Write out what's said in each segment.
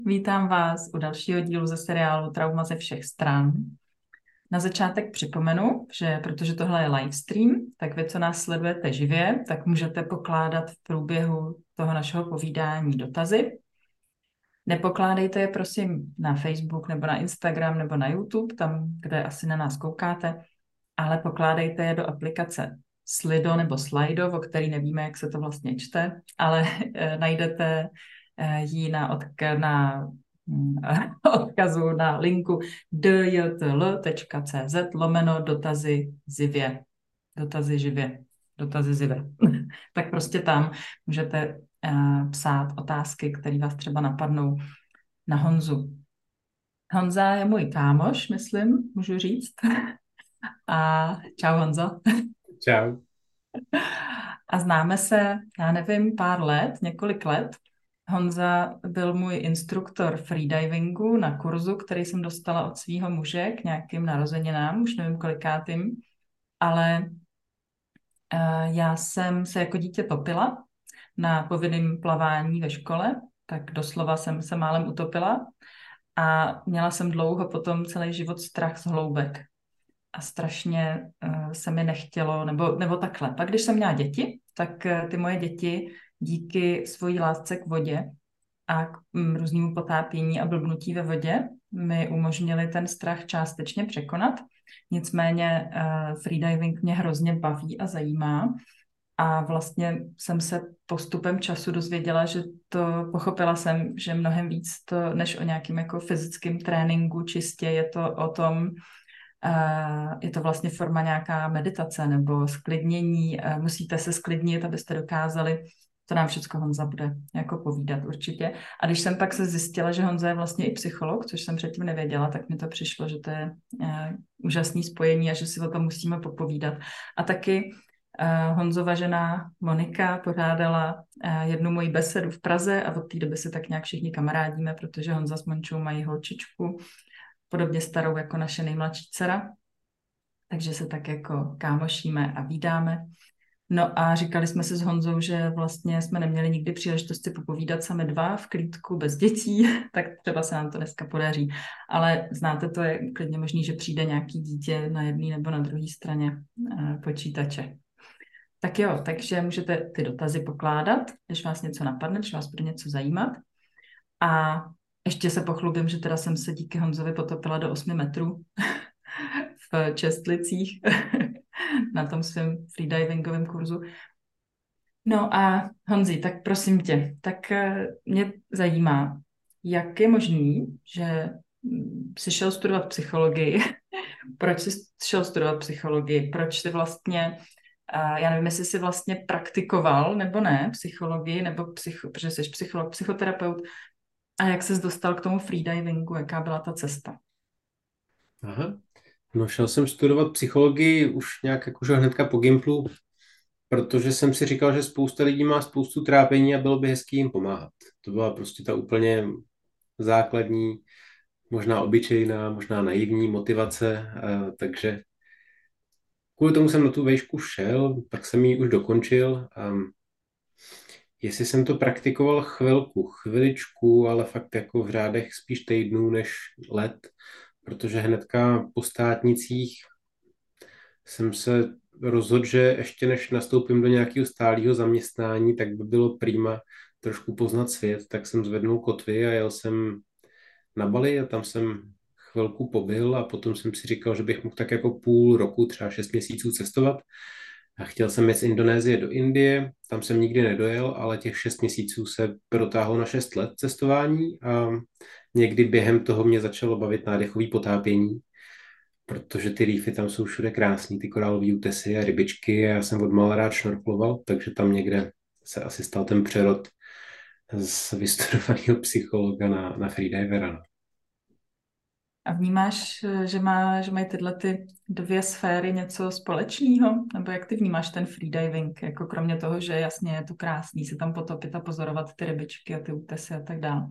Vítám vás u dalšího dílu ze seriálu Trauma ze všech stran. Na začátek připomenu, že protože tohle je livestream, tak vy, co nás sledujete živě, tak můžete pokládat v průběhu toho našeho povídání dotazy. Nepokládejte je prosím na Facebook nebo na Instagram nebo na YouTube, tam, kde asi na nás koukáte, ale pokládejte je do aplikace Slido nebo Slido, o který nevíme, jak se to vlastně čte, ale najdete ji odkazu na linku djtl.cz/dotazy zivě. Dotazy živě. Dotazy zivě. Tak prostě tam můžete psát otázky, které vás třeba napadnou na Honzu. Honza je můj kámoš, myslím, můžu říct. A čau Honzo. Čau. A známe se, já nevím, pár let, několik let. Honza byl můj instruktor freedivingu na kurzu, který jsem dostala od svého muže k nějakým narozeninám, už nevím kolikátým, ale já jsem se jako dítě topila na povinném plavání ve škole, tak doslova jsem se málem utopila a měla jsem dlouho potom celý život strach z hloubek. A strašně se mi nechtělo, nebo takhle. Pak když jsem měla děti, tak ty moje děti díky svojí lásce k vodě a k různému potápění a blbnutí ve vodě mi umožnili ten strach částečně překonat. Nicméně freediving mě hrozně baví a zajímá. A vlastně jsem se postupem času dozvěděla, že pochopila jsem, že mnohem víc to, než o nějakým jako fyzickém tréninku čistě, je to o tom, je to vlastně forma nějaká meditace nebo sklidnění. Musíte se sklidnit, abyste dokázali, to nám všechno Honza bude jako povídat určitě. A když jsem pak se zjistila, že Honza je vlastně i psycholog, což jsem předtím nevěděla, tak mi to přišlo, že to je úžasný spojení a že si o tom musíme popovídat. A taky Honzova žena Monika pořádala jednu moji besedu v Praze a od té doby se tak nějak všichni kamarádíme, protože Honza s Mončou mají holčičku, podobně starou jako naše nejmladší dcera, takže se tak jako kámošíme a vídáme. No a říkali jsme si s Honzou, že vlastně jsme neměli nikdy příležitost si popovídat sami dva v klídku bez dětí, tak třeba se nám to dneska podaří. Ale znáte, to je klidně možný, že přijde nějaký dítě na jedné nebo na druhé straně počítače. Tak jo, takže můžete ty dotazy pokládat, když vás něco napadne, když vás bude něco zajímat. A ještě se pochlubím, že teda jsem se díky Honzovi potopila do 8 metrů v Čestlicích na tom svém freedivingovém kurzu. No a Honzi, tak prosím tě, tak mě zajímá, jak je možný, že jsi šel studovat psychologii, proč jsi šel studovat psychologii, proč jsi vlastně, já nevím, jestli jsi vlastně praktikoval nebo ne psychologii, nebo protože jsi psycholog, psychoterapeut, a jak ses dostal k tomu freedivingu, jaká byla ta cesta? Aha. No, šel jsem studovat psychologii už nějak jakože hnedka po Gimplu, protože jsem si říkal, že spousta lidí má spoustu trápení a bylo by hezký jim pomáhat. To byla prostě ta úplně základní, možná obyčejná, možná naivní motivace, takže kvůli tomu jsem na tu vejšku šel, pak jsem ji už dokončil. Jestli jsem to praktikoval chviličku, ale fakt jako v řádech spíš týdnů než let, protože hnedka po státnicích jsem se rozhodl, že ještě než nastoupím do nějakého stálého zaměstnání, tak by bylo prima trošku poznat svět, tak jsem zvednul kotvy a jel jsem na Bali a tam jsem chvilku pobyl a potom jsem si říkal, že bych mohl tak jako půl roku, třeba 6 měsíců cestovat. A chtěl jsem jet z Indonésie do Indie, tam jsem nikdy nedojel, ale těch 6 měsíců se protáhlo na 6 let cestování a někdy během toho mě začalo bavit nádechový potápění, protože ty rýfy tam jsou všude krásný, ty korálové útesy a rybičky a já jsem odmala rád šnorkloval, takže tam někde se asi stal ten přerod z vystudovaného psychologa na freedivera. No. A vnímáš, že mají tyhle ty dvě sféry něco společného? Nebo jak ty vnímáš ten freediving? Jako kromě toho, že jasně je to krásný se tam potopit a pozorovat ty rybičky a ty útesy a tak dále.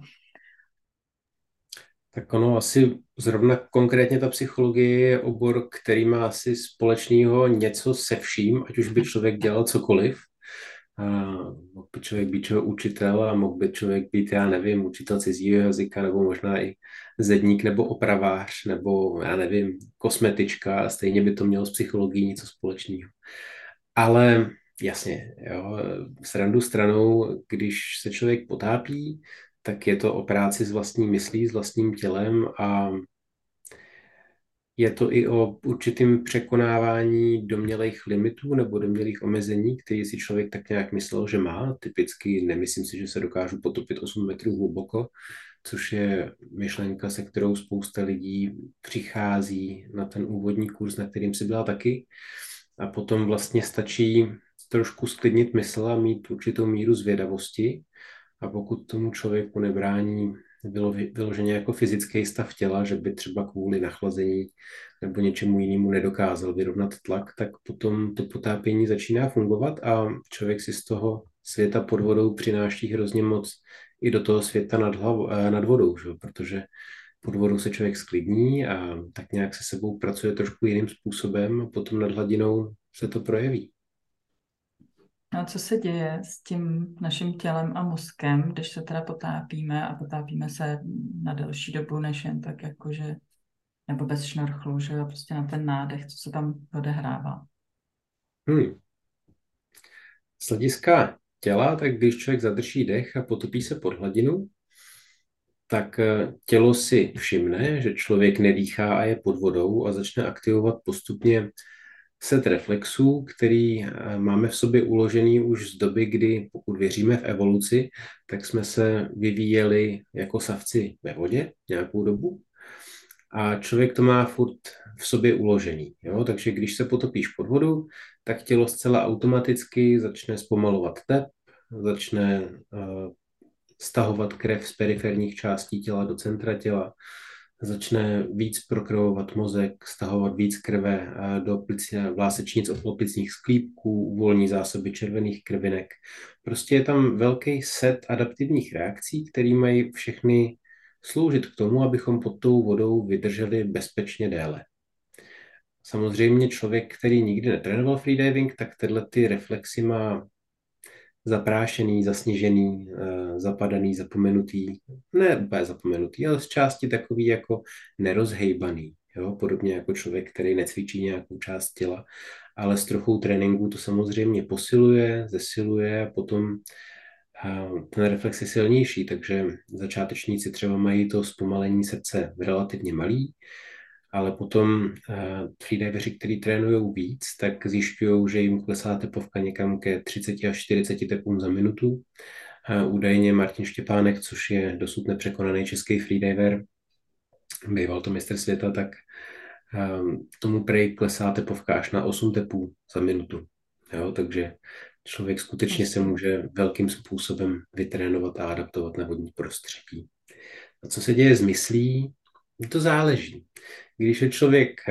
Tak ono asi zrovna konkrétně ta psychologie je obor, který má asi společného něco se vším, ať už by člověk dělal cokoliv. Mohl by člověk být učitel a mohl by člověk být, já nevím, učitel cizího jazyka, nebo možná i zedník, nebo opravář, nebo já nevím, kosmetička a stejně by to mělo s psychologií něco společného. Ale jasně, jo, srandu stranou, když se člověk potápí, tak je to o práci s vlastní myslí, s vlastním tělem a je to i o určitým překonávání domnělých limitů nebo domnělých omezení, který si člověk tak nějak myslel, že má. Typicky nemyslím si, že se dokážu potopit 8 metrů hluboko, což je myšlenka, se kterou spousta lidí přichází na ten úvodní kurz, na kterým si byla taky. A potom vlastně stačí trošku sklidnit mysl a mít určitou míru zvědavosti. A pokud tomu člověku nebrání vyloženě jako fyzický stav těla, že by třeba kvůli nachlazení nebo něčemu jinému nedokázal vyrovnat tlak, tak potom to potápění začíná fungovat a člověk si z toho světa pod vodou přináší hrozně moc i do toho světa nad vodou, že? Protože pod vodou se člověk sklidní a tak nějak se sebou pracuje trošku jiným způsobem a potom nad hladinou se to projeví. No a co se děje s tím naším tělem a mozkem, když se teda potápíme a potápíme se na delší dobu, než jen tak jakože, nebo bez šnorchlu, že jo, prostě na ten nádech, co se tam odehrává. Hmm. Z hlediska těla, tak když člověk zadrží dech a potopí se pod hladinu, tak tělo si všimne, že člověk nedýchá a je pod vodou a začne aktivovat postupně set reflexů, který máme v sobě uložený už z doby, kdy, pokud věříme v evoluci, tak jsme se vyvíjeli jako savci ve vodě nějakou dobu a člověk to má furt v sobě uložený. Jo? Takže když se potopíš pod vodu, tak tělo zcela automaticky začne zpomalovat tep, začne stahovat krev z periferních částí těla do centra těla, začne víc prokrvovat mozek, stahovat víc krve do vlásečnic oploplicních sklípků, uvolní zásoby červených krvinek. Prostě je tam velký set adaptivních reakcí, které mají všechny sloužit k tomu, abychom pod tou vodou vydrželi bezpečně déle. Samozřejmě člověk, který nikdy netrénoval freediving, tak tyhle ty reflexy má zaprášený, zasněžený, zapadaný, zapomenutý, ne úplně zapomenutý, ale z části takový jako nerozhejbaný, jo? Podobně jako člověk, který necvičí nějakou část těla, ale s trochou tréninku to samozřejmě posiluje, zesiluje a potom ten reflex je silnější, takže začátečníci třeba mají to zpomalení srdce relativně malý, ale potom freediveri, kteří trénují víc, tak zjišťují, že jim klesá tepovka někam ke 30 až 40 tepům za minutu. Údajně Martin Štěpánek, což je dosud nepřekonaný český freediver, býval to mistr světa, tak tomu prej klesá tepovka až na 8 tepů za minutu. Jo, takže člověk skutečně se může velkým způsobem vytrénovat a adaptovat na vodní prostředí. A co se děje s myslí? To záleží. Když je člověk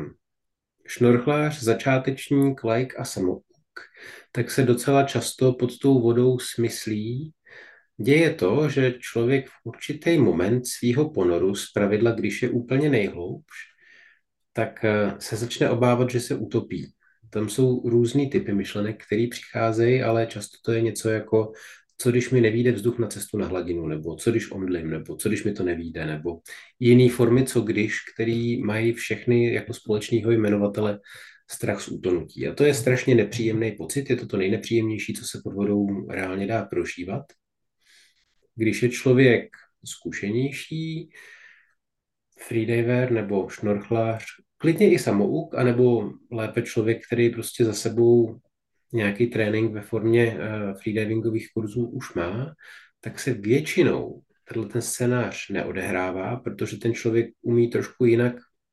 šnorchlář, začátečník, laik a samouk, tak se docela často pod tou vodou smyslí. Děje to, že člověk v určitý moment svýho ponoru, zpravidla když je úplně nejhloubš, tak se začne obávat, že se utopí. Tam jsou různý typy myšlenek, které přicházejí, ale často to je něco jako co když mi nevyjde vzduch na cestu na hladinu, nebo co když omdlím, nebo co když mi to nevyjde, nebo jiné formy co když, který mají všechny jako společného jmenovatele strach z utonutí. A to je strašně nepříjemný pocit, je to to nejnepříjemnější, co se pod vodou reálně dá prožívat. Když je člověk zkušenější, freediver nebo šnorchlář, klidně i samouk, anebo lépe člověk, který prostě za sebou nějaký trénink ve formě freedivingových kurzů už má, tak se většinou ten scénář neodehrává, protože ten člověk umí trošku jinak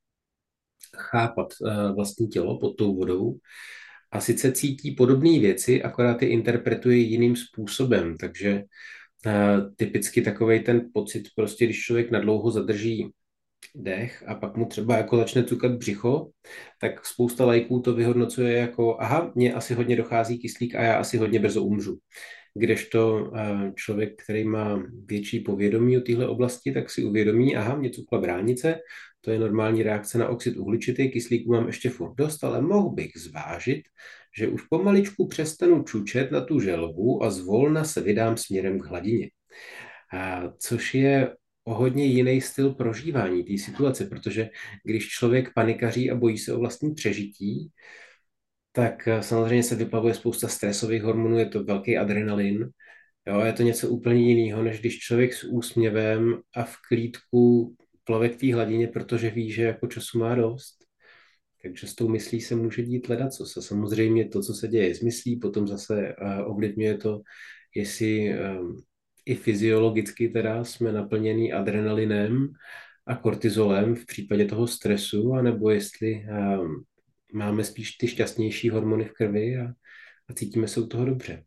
chápat vlastní tělo pod tou vodou a sice cítí podobné věci, akorát je interpretuje jiným způsobem, takže typicky takovej ten pocit, prostě když člověk nadlouho zadrží dech a pak mu třeba jako začne cukat břicho, tak spousta lajků to vyhodnocuje jako aha, mně asi hodně dochází kyslík a já asi hodně brzo umřu. Kdežto člověk, který má větší povědomí o téhle oblasti, tak si uvědomí, aha, mě cukla bránice, to je normální reakce na oxid uhličitý, kyslíku mám ještě furt dost, ale mohl bych zvážit, že už pomaličku přestanu čučet na tu želvu a zvolna se vydám směrem k hladině. Což je o hodně jiný styl prožívání té situace, protože když člověk panikaří a bojí se o vlastní přežití, tak samozřejmě se vyplavuje spousta stresových hormonů, je to velký adrenalin. Jo, je to něco úplně jiného, než když člověk s úsměvem a v klídku plave k té hladině, protože ví, že jako času má dost. Takže s tou myslí se může dít ledacos. A samozřejmě to, co se děje s myslí, potom zase ovlivňuje to, jestli i fyziologicky teda jsme naplněný adrenalinem a kortizolem v případě toho stresu, anebo jestli máme spíš ty šťastnější hormony v krvi a cítíme se u toho dobře.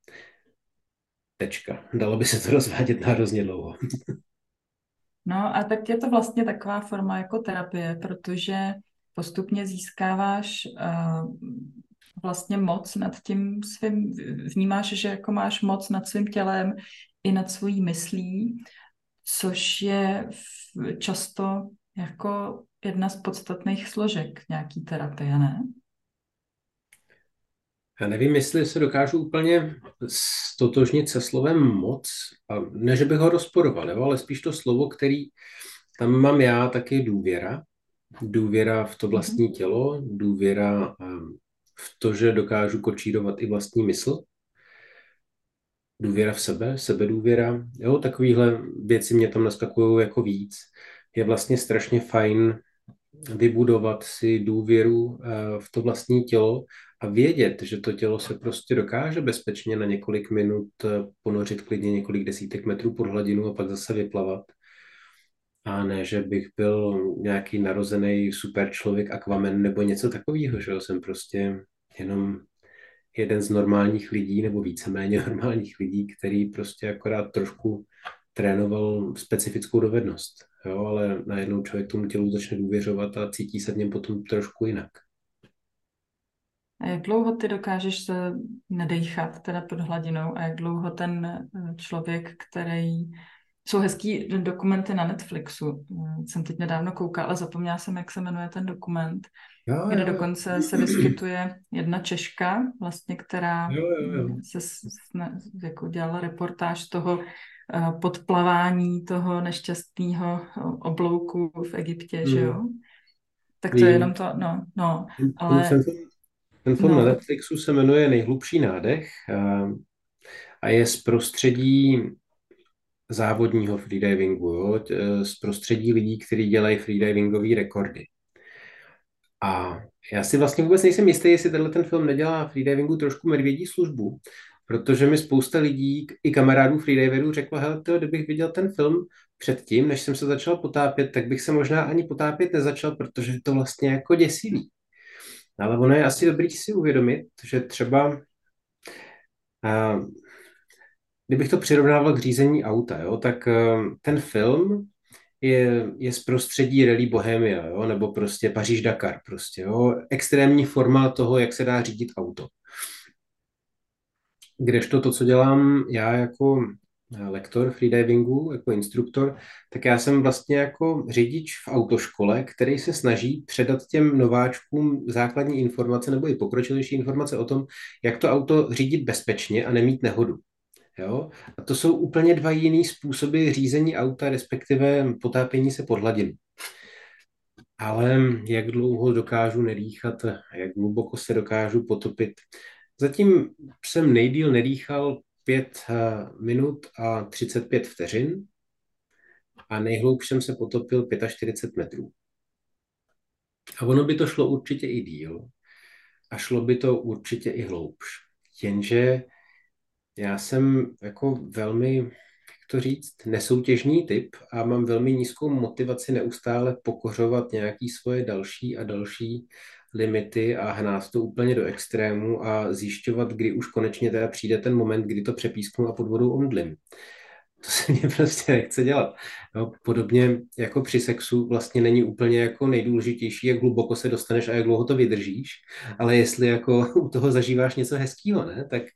Tečka. Dalo by se to rozvádět na hrozně dlouho. No a tak je to vlastně taková forma jako terapie, protože postupně získáváš vlastně moc nad tím svým, vnímáš, že jako máš moc nad svým tělem i nad svojí myslí, což je často jako jedna z podstatných složek nějaký terapie, ne? Já nevím, jestli se dokážu úplně stotožnit se slovem moc, a ne, že bych ho rozporoval, jo, ale spíš to slovo, který tam mám já, tak je důvěra. Důvěra v to vlastní tělo, důvěra v to, že dokážu kočírovat i vlastní mysl, důvěra v sebe, sebedůvěra. Jo, takovýhle věci mě tam naskakují jako víc. Je vlastně strašně fajn vybudovat si důvěru v to vlastní tělo a vědět, že to tělo se prostě dokáže bezpečně na několik minut ponořit klidně několik desítek metrů pod hladinu a pak zase vyplavat. A ne, že bych byl nějaký narozený super člověk, Aquaman nebo něco takového, že jo? Jsem prostě jenom jeden z normálních lidí nebo víceméně normálních lidí, který prostě akorát trošku trénoval specifickou dovednost. Jo, ale najednou člověk tomu tělu začne důvěřovat a cítí se v něm potom trošku jinak. A jak dlouho ty dokážeš se nedejchat teda pod hladinou a jak dlouho ten člověk, který... Jsou hezký dokumenty na Netflixu. Jsem teď nedávno koukala, ale zapomněla jsem, jak se jmenuje ten dokument, kde dokonce se vyskytuje jedna Češka, vlastně, která se jako dělala reportáž z toho podplavání toho nešťastného oblouku v Egyptě, že jo? Tak to je jenom to, no, ale... Ten film na Netflixu se jmenuje Nejhlubší nádech a je z prostředí závodního freedivingu, jo? Z prostředí lidí, kteří dělají freedivingové rekordy. A já si vlastně vůbec nejsem jistý, jestli tenhle ten film nedělá freedivingu trošku medvědí službu, protože mi spousta lidí, i kamarádů freediverů řeklo, hele, kdybych viděl ten film předtím, než jsem se začal potápět, tak bych se možná ani potápět nezačal, protože je to vlastně jako děsivý. Ale ono je asi dobrý si uvědomit, že třeba kdybych to přirovnával k řízení auta, jo, tak ten film je z prostředí Rally Bohemia, jo, nebo prostě Paříž-Dakar, prostě, jo, extrémní forma toho, jak se dá řídit auto. Kdežto to, co dělám já jako lektor freedivingu, jako instruktor, tak já jsem vlastně jako řidič v autoškole, který se snaží předat těm nováčkům základní informace nebo i pokročilejší informace o tom, jak to auto řídit bezpečně a nemít nehodu. Jo? A to jsou úplně dva jiný způsoby řízení auta, respektive potápění se pod hladinu. Ale jak dlouho dokážu nedýchat, jak hluboko se dokážu potopit. Zatím jsem nejdýl nedýchal 5 minut a 35 vteřin a nejhloubš jsem se potopil 45 metrů. A ono by to šlo určitě i díl a šlo by to určitě i hloubš. Jenže já jsem jako velmi, jak to říct, nesoutěžný typ a mám velmi nízkou motivaci neustále pokořovat nějaký svoje další a další limity a hnát to úplně do extrému a zjišťovat, kdy už konečně teda přijde ten moment, kdy to přepísknu a pod vodou omdlím. To se mě prostě nechce dělat. No, podobně jako při sexu vlastně není úplně jako nejdůležitější, jak hluboko se dostaneš a jak dlouho to vydržíš, ale jestli jako u toho zažíváš něco hezkýho, ne? Tak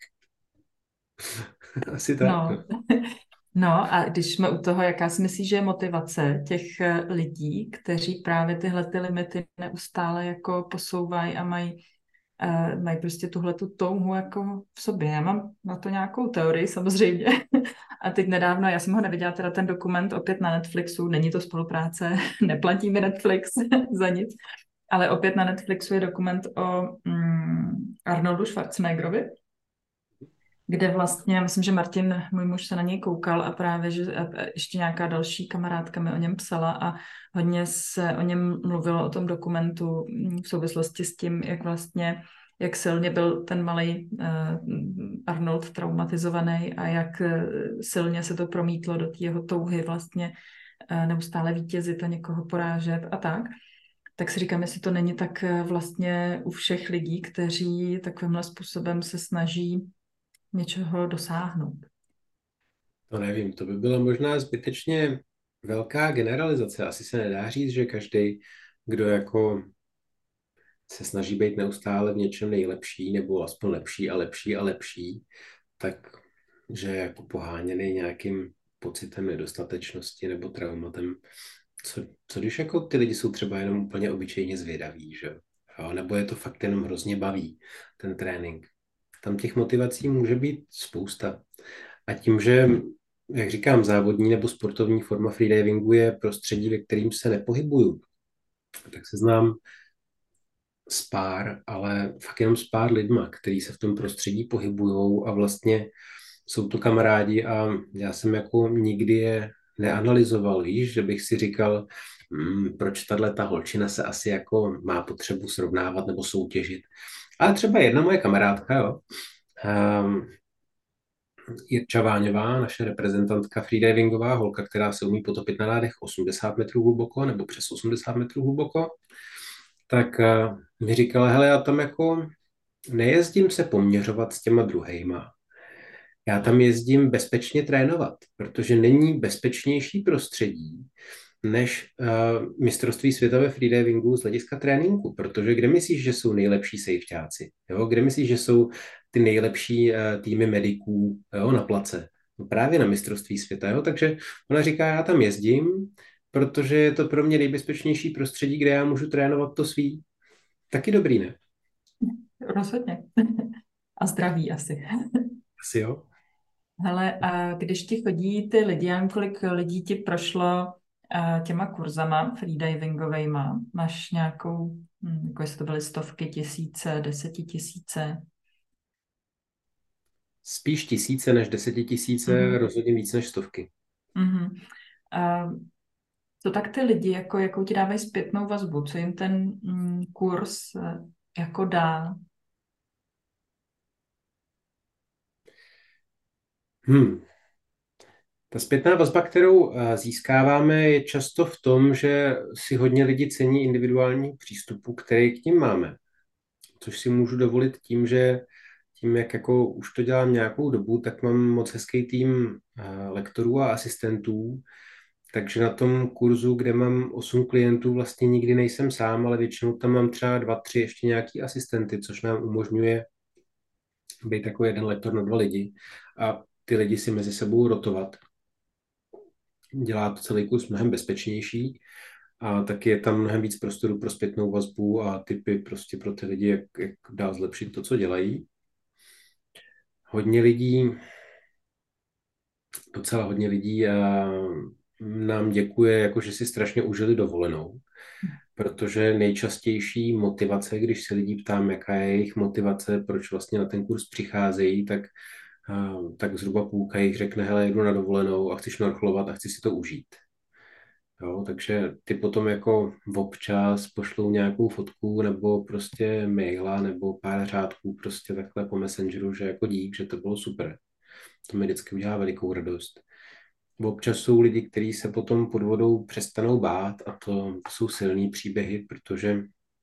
asi tak. No. No a když jsme u toho, jaká si myslíš, že je motivace těch lidí, kteří právě tyhle ty limity neustále jako posouvají a mají mají prostě tuhletu touhu jako v sobě. Já mám na to nějakou teorii samozřejmě. A teď nedávno, já jsem ho neviděla, teda ten dokument opět na Netflixu, není to spolupráce, neplatí mi Netflix za nic, ale opět na Netflixu je dokument o Arnoldu Schwarzeneggerovi, kde vlastně, myslím, že Martin, můj muž, se na něj koukal a právě, že ještě nějaká další kamarádka mi o něm psala a hodně se o něm mluvilo o tom dokumentu v souvislosti s tím, jak vlastně, jak silně byl ten malý Arnold traumatizovaný a jak silně se to promítlo do té jeho touhy vlastně neustále vítězit a někoho porážet a tak. Tak si říkám, jestli to není tak vlastně u všech lidí, kteří takovýmhle způsobem se snaží něčeho dosáhnout. To nevím, to by byla možná zbytečně velká generalizace. Asi se nedá říct, že každý, kdo jako se snaží být neustále v něčem nejlepší, nebo aspoň lepší a lepší a lepší, tak že je jako poháněný nějakým pocitem nedostatečnosti nebo traumatem. Co když jako ty lidi jsou třeba jenom úplně obyčejně zvědaví, že jo? Nebo je to fakt jenom hrozně baví, ten trénink. Tam těch motivací může být spousta. A tím, že, jak říkám, závodní nebo sportovní forma freedivingu je prostředí, ve kterým se nepohybuju, tak se znám s pár, ale fakt jenom s pár lidma, kteří se v tom prostředí pohybujou a vlastně jsou to kamarádi a já jsem jako nikdy je neanalyzoval, víš, že bych si říkal, proč ta holčina se asi jako má potřebu srovnávat nebo soutěžit. Ale třeba jedna moje kamarádka, jo, Jirča Váňová, naše reprezentantka freedivingová, holka, která se umí potopit na ládech 80 metrů hluboko nebo přes 80 metrů hluboko, tak mi říkala, hele, já tam jako nejezdím se poměřovat s těma druhejma. Já tam jezdím bezpečně trénovat, protože není bezpečnější prostředí než mistrovství světa ve freedivingu z hlediska tréninku, protože kde myslíš, že jsou nejlepší safeťáci? Jo? Kde myslíš, že jsou ty nejlepší týmy mediků, jo, na place? No právě na mistrovství světa, jo? Takže ona říká, já tam jezdím, protože je to pro mě nejbezpečnější prostředí, kde já můžu trénovat to svý. Taky dobrý, ne? Rozhodně. A zdraví asi. Asi jo. Hele, a když ti chodí ty lidi, já nevím, kolik lidí ti prošlo těma kurzama freedivingovejma, máš nějakou, jako jestli to byly stovky, tisíce, desetitisíce? Spíš tisíce než desetitisíce, Mhm. rozhodně víc než stovky. Mhm. A co tak ty lidi, jako, jakou ti dávají zpětnou vazbu, co jim ten kurz jako dá? Hmm. Ta zpětná vazba, kterou získáváme, je často v tom, že si hodně lidi cení individuální přístupu, který k ním máme. Což si můžu dovolit tím, že tím, jak jako už to dělám nějakou dobu, tak mám moc hezký tým lektorů a asistentů, takže na tom kurzu, kde mám 8 klientů, vlastně nikdy nejsem sám, ale většinou tam mám třeba 2, 3 ještě nějaký asistenty, což nám umožňuje být jako jeden lektor na 2 lidi a ty lidi si mezi sebou rotovat. Dělá to celý kurz mnohem bezpečnější a taky je tam mnohem víc prostoru pro zpětnou vazbu a tipy prostě pro ty lidi, jak dál zlepšit to, co dělají. Hodně lidí, docela hodně lidí nám děkuje, jako že si strašně užili dovolenou, protože nejčastější motivace, když se lidí ptám, jaká je jejich motivace, proč vlastně na ten kurz přicházejí, tak zhruba půlka jich řekne, hele, jdu na dovolenou a chci šnorchlovat a chci si to užít. Jo, takže ty potom jako občas pošlou nějakou fotku nebo prostě maila nebo pár řádků prostě takhle po Messengeru, že jako dík, že to bylo super. To mi vždycky udělá velikou radost. Občas jsou lidi, kteří se potom pod vodou přestanou bát a to jsou silný příběhy, protože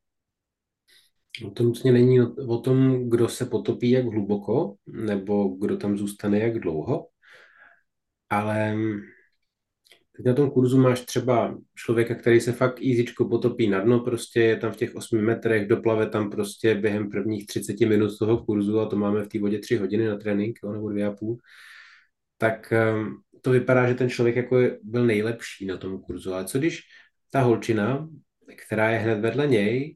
to nutně není o tom, kdo se potopí jak hluboko nebo kdo tam zůstane jak dlouho, ale teď na tom kurzu máš třeba člověka, který se fakt easyčko potopí na dno, prostě je tam v těch 8 metrech, doplave tam prostě během prvních 30 minut toho kurzu a to máme v té vodě 3 hodiny na trénink, jo, nebo 2,5, tak to vypadá, že ten člověk jako byl nejlepší na tom kurzu. Ale co když ta holčina, která je hned vedle něj,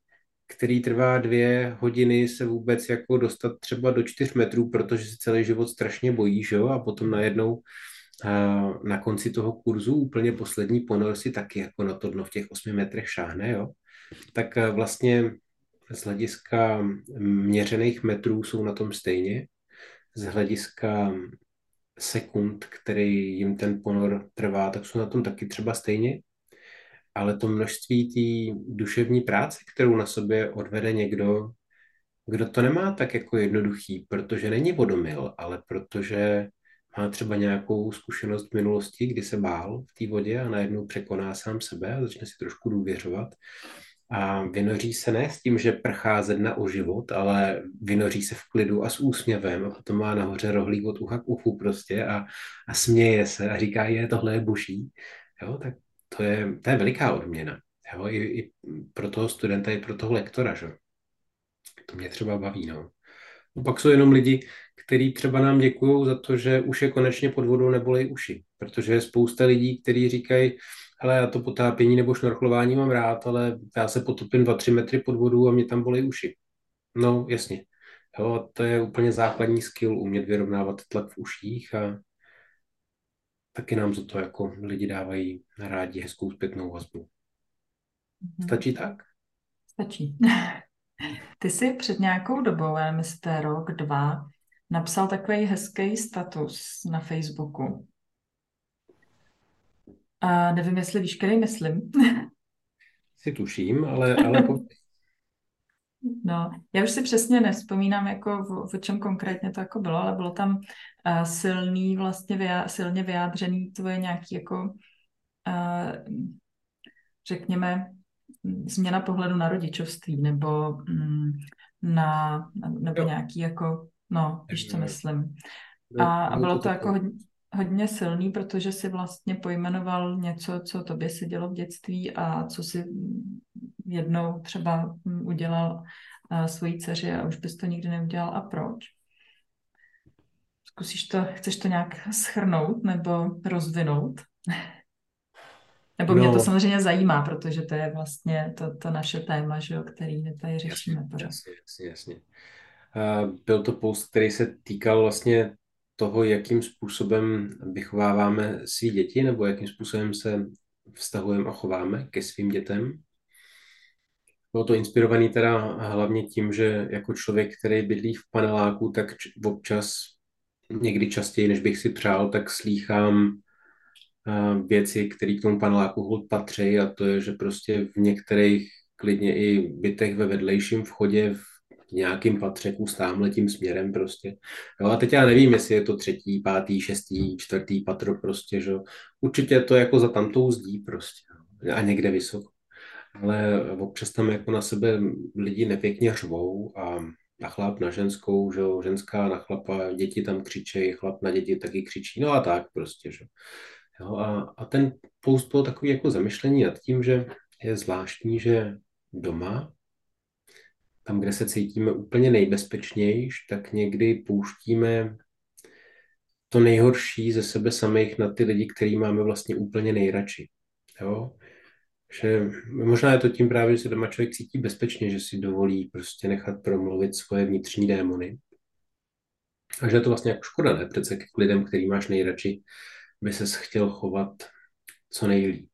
který trvá 2 hodiny se vůbec jako dostat třeba do 4 metrů, protože se celý život strašně bojíš, jo, a potom najednou na konci toho kurzu úplně poslední ponor si taky jako na to dno v těch 8 metrech šáhne, jo, tak vlastně z hlediska měřených metrů jsou na tom stejně, z hlediska sekund, který jim ten ponor trvá, tak jsou na tom taky třeba stejně, ale to množství té duševní práce, kterou na sobě odvede někdo, kdo to nemá tak jako jednoduchý, protože není vodomil, ale protože má třeba nějakou zkušenost v minulosti, kdy se bál v té vodě a najednou překoná sám sebe a začne si trošku důvěřovat. A vynoří se ne s tím, že prchá ze dna o život, ale vynoří se v klidu a s úsměvem a potom má nahoře rohlík od ucha k uchu prostě a směje se a říká, tohle je boží. Jo, tak to je veliká odměna. Jo, i pro toho studenta, i pro toho lektora, že? To mě třeba baví, no. A pak jsou jenom lidi, kteří třeba nám děkují za to, že už je konečně pod vodou nebolej uši. Protože je spousta lidí, kteří říkají, hele, já to potápění nebo šnorchlování mám rád, ale já se potopím 2-3 metry pod vodou a mě tam bolej uši. No, jasně. Jo, a to je úplně základní skill, umět vyrovnávat tlak v uších a taky nám za to jako lidi dávají rádi hezkou zpětnou vazbu. Stačí tak? Stačí. Ty jsi před nějakou dobou, já nevím, jestli to je rok, dva, napsal takový hezký status na Facebooku. A nevím, jestli víš, který myslím. Si tuším, ale No, já už si přesně nevzpomínám, jako o čem konkrétně to jako bylo, ale bylo tam silný, vlastně silně vyjádřený tvoje nějaký jako, řekněme, změna pohledu na rodičovství, nebo nebo jo. nějaký jako, no, víš, co myslím. No, A bylo bylo to to jako takové. hodně silný, protože si vlastně pojmenoval něco, co tobě se dělo v dětství a co si jednou třeba udělal svojí dceři a už bys to nikdy neudělal a proč. Chceš to nějak shrnout nebo rozvinout? Nebo mě to No, samozřejmě zajímá, protože to je vlastně to naše téma, že jo, který my tady jasně, řešíme pořád. jasně. Byl to post, který se týkal vlastně toho, jakým způsobem vychováváme svý děti, nebo jakým způsobem se vztahujeme a chováme ke svým dětem. Bylo to inspirovaný teda hlavně tím, že jako člověk, který bydlí v paneláku, tak občas, někdy častěji, než bych si přál, tak slýchám věci, které k tomu paneláku hold patří, a to je, že prostě v některých klidně i bytech ve vedlejším vchodě v nějakým patře ustám tím směrem prostě. Jo, a teď já nevím, jestli je to 3., 5., 6., 4. patro prostě, že určitě je to jako za tamtou zdí prostě a někde vysoko. Ale občas tam jako na sebe lidi nepěkně řvou a chlap na ženskou, že jo, ženská na chlapa, děti tam křičejí, chlap na děti taky křičí, no a tak prostě, že jo, a ten post byl takový jako zamyšlení nad tím, že je zvláštní, že doma, tam, kde se cítíme úplně nejbezpečnější, tak někdy pouštíme to nejhorší ze sebe samých na ty lidi, který máme vlastně úplně nejradši. Jo? Že možná je to tím právě, že se doma člověk cítí bezpečně, že si dovolí prostě nechat promluvit svoje vnitřní démony. A že je to vlastně jako škoda, ne? Přece k lidem, který máš nejradši, by ses chtěl chovat co nejlíp.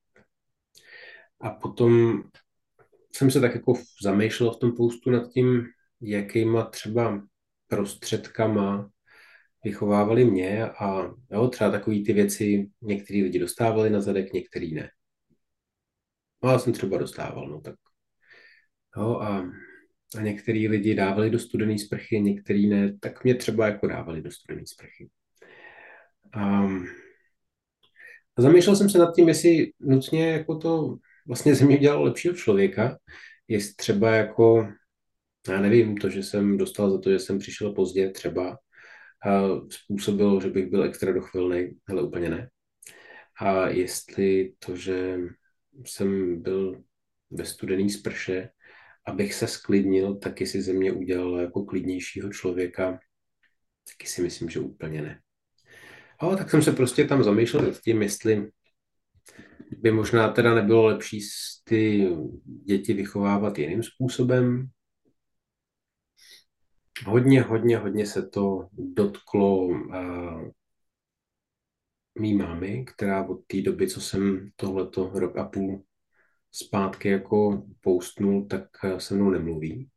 A potom jsem se tak jako zamýšlel v tom postu nad tím, jakýma třeba prostředkama vychovávali mě a jo, třeba takový ty věci některý lidi dostávali na zadek, některý ne. No, já jsem třeba dostával, no tak. Jo, a některý lidi dávali do studené sprchy, některý ne, tak mě třeba jako dávali do studené sprchy. A, a zamýšlel jsem se nad tím, jestli nutně jako to vlastně ze mě dělalo lepšího člověka, jestli třeba jako, já nevím, to, že jsem dostal za to, že jsem přišel pozdě třeba, způsobilo, že bych byl extra dochvilnej, ale úplně ne. A jestli to, že jsem byl ve studený sprše, abych se sklidnil, taky si ze mě udělal jako klidnějšího člověka, taky si myslím, že úplně ne. Ale tak jsem se prostě tam zamýšlel nad tím, jestli by možná teda nebylo lepší ty děti vychovávat jiným způsobem. Hodně se to dotklo mý mámy, která od té doby, co jsem tohleto rok a půl zpátky jako postnul, tak se mnou nemluví.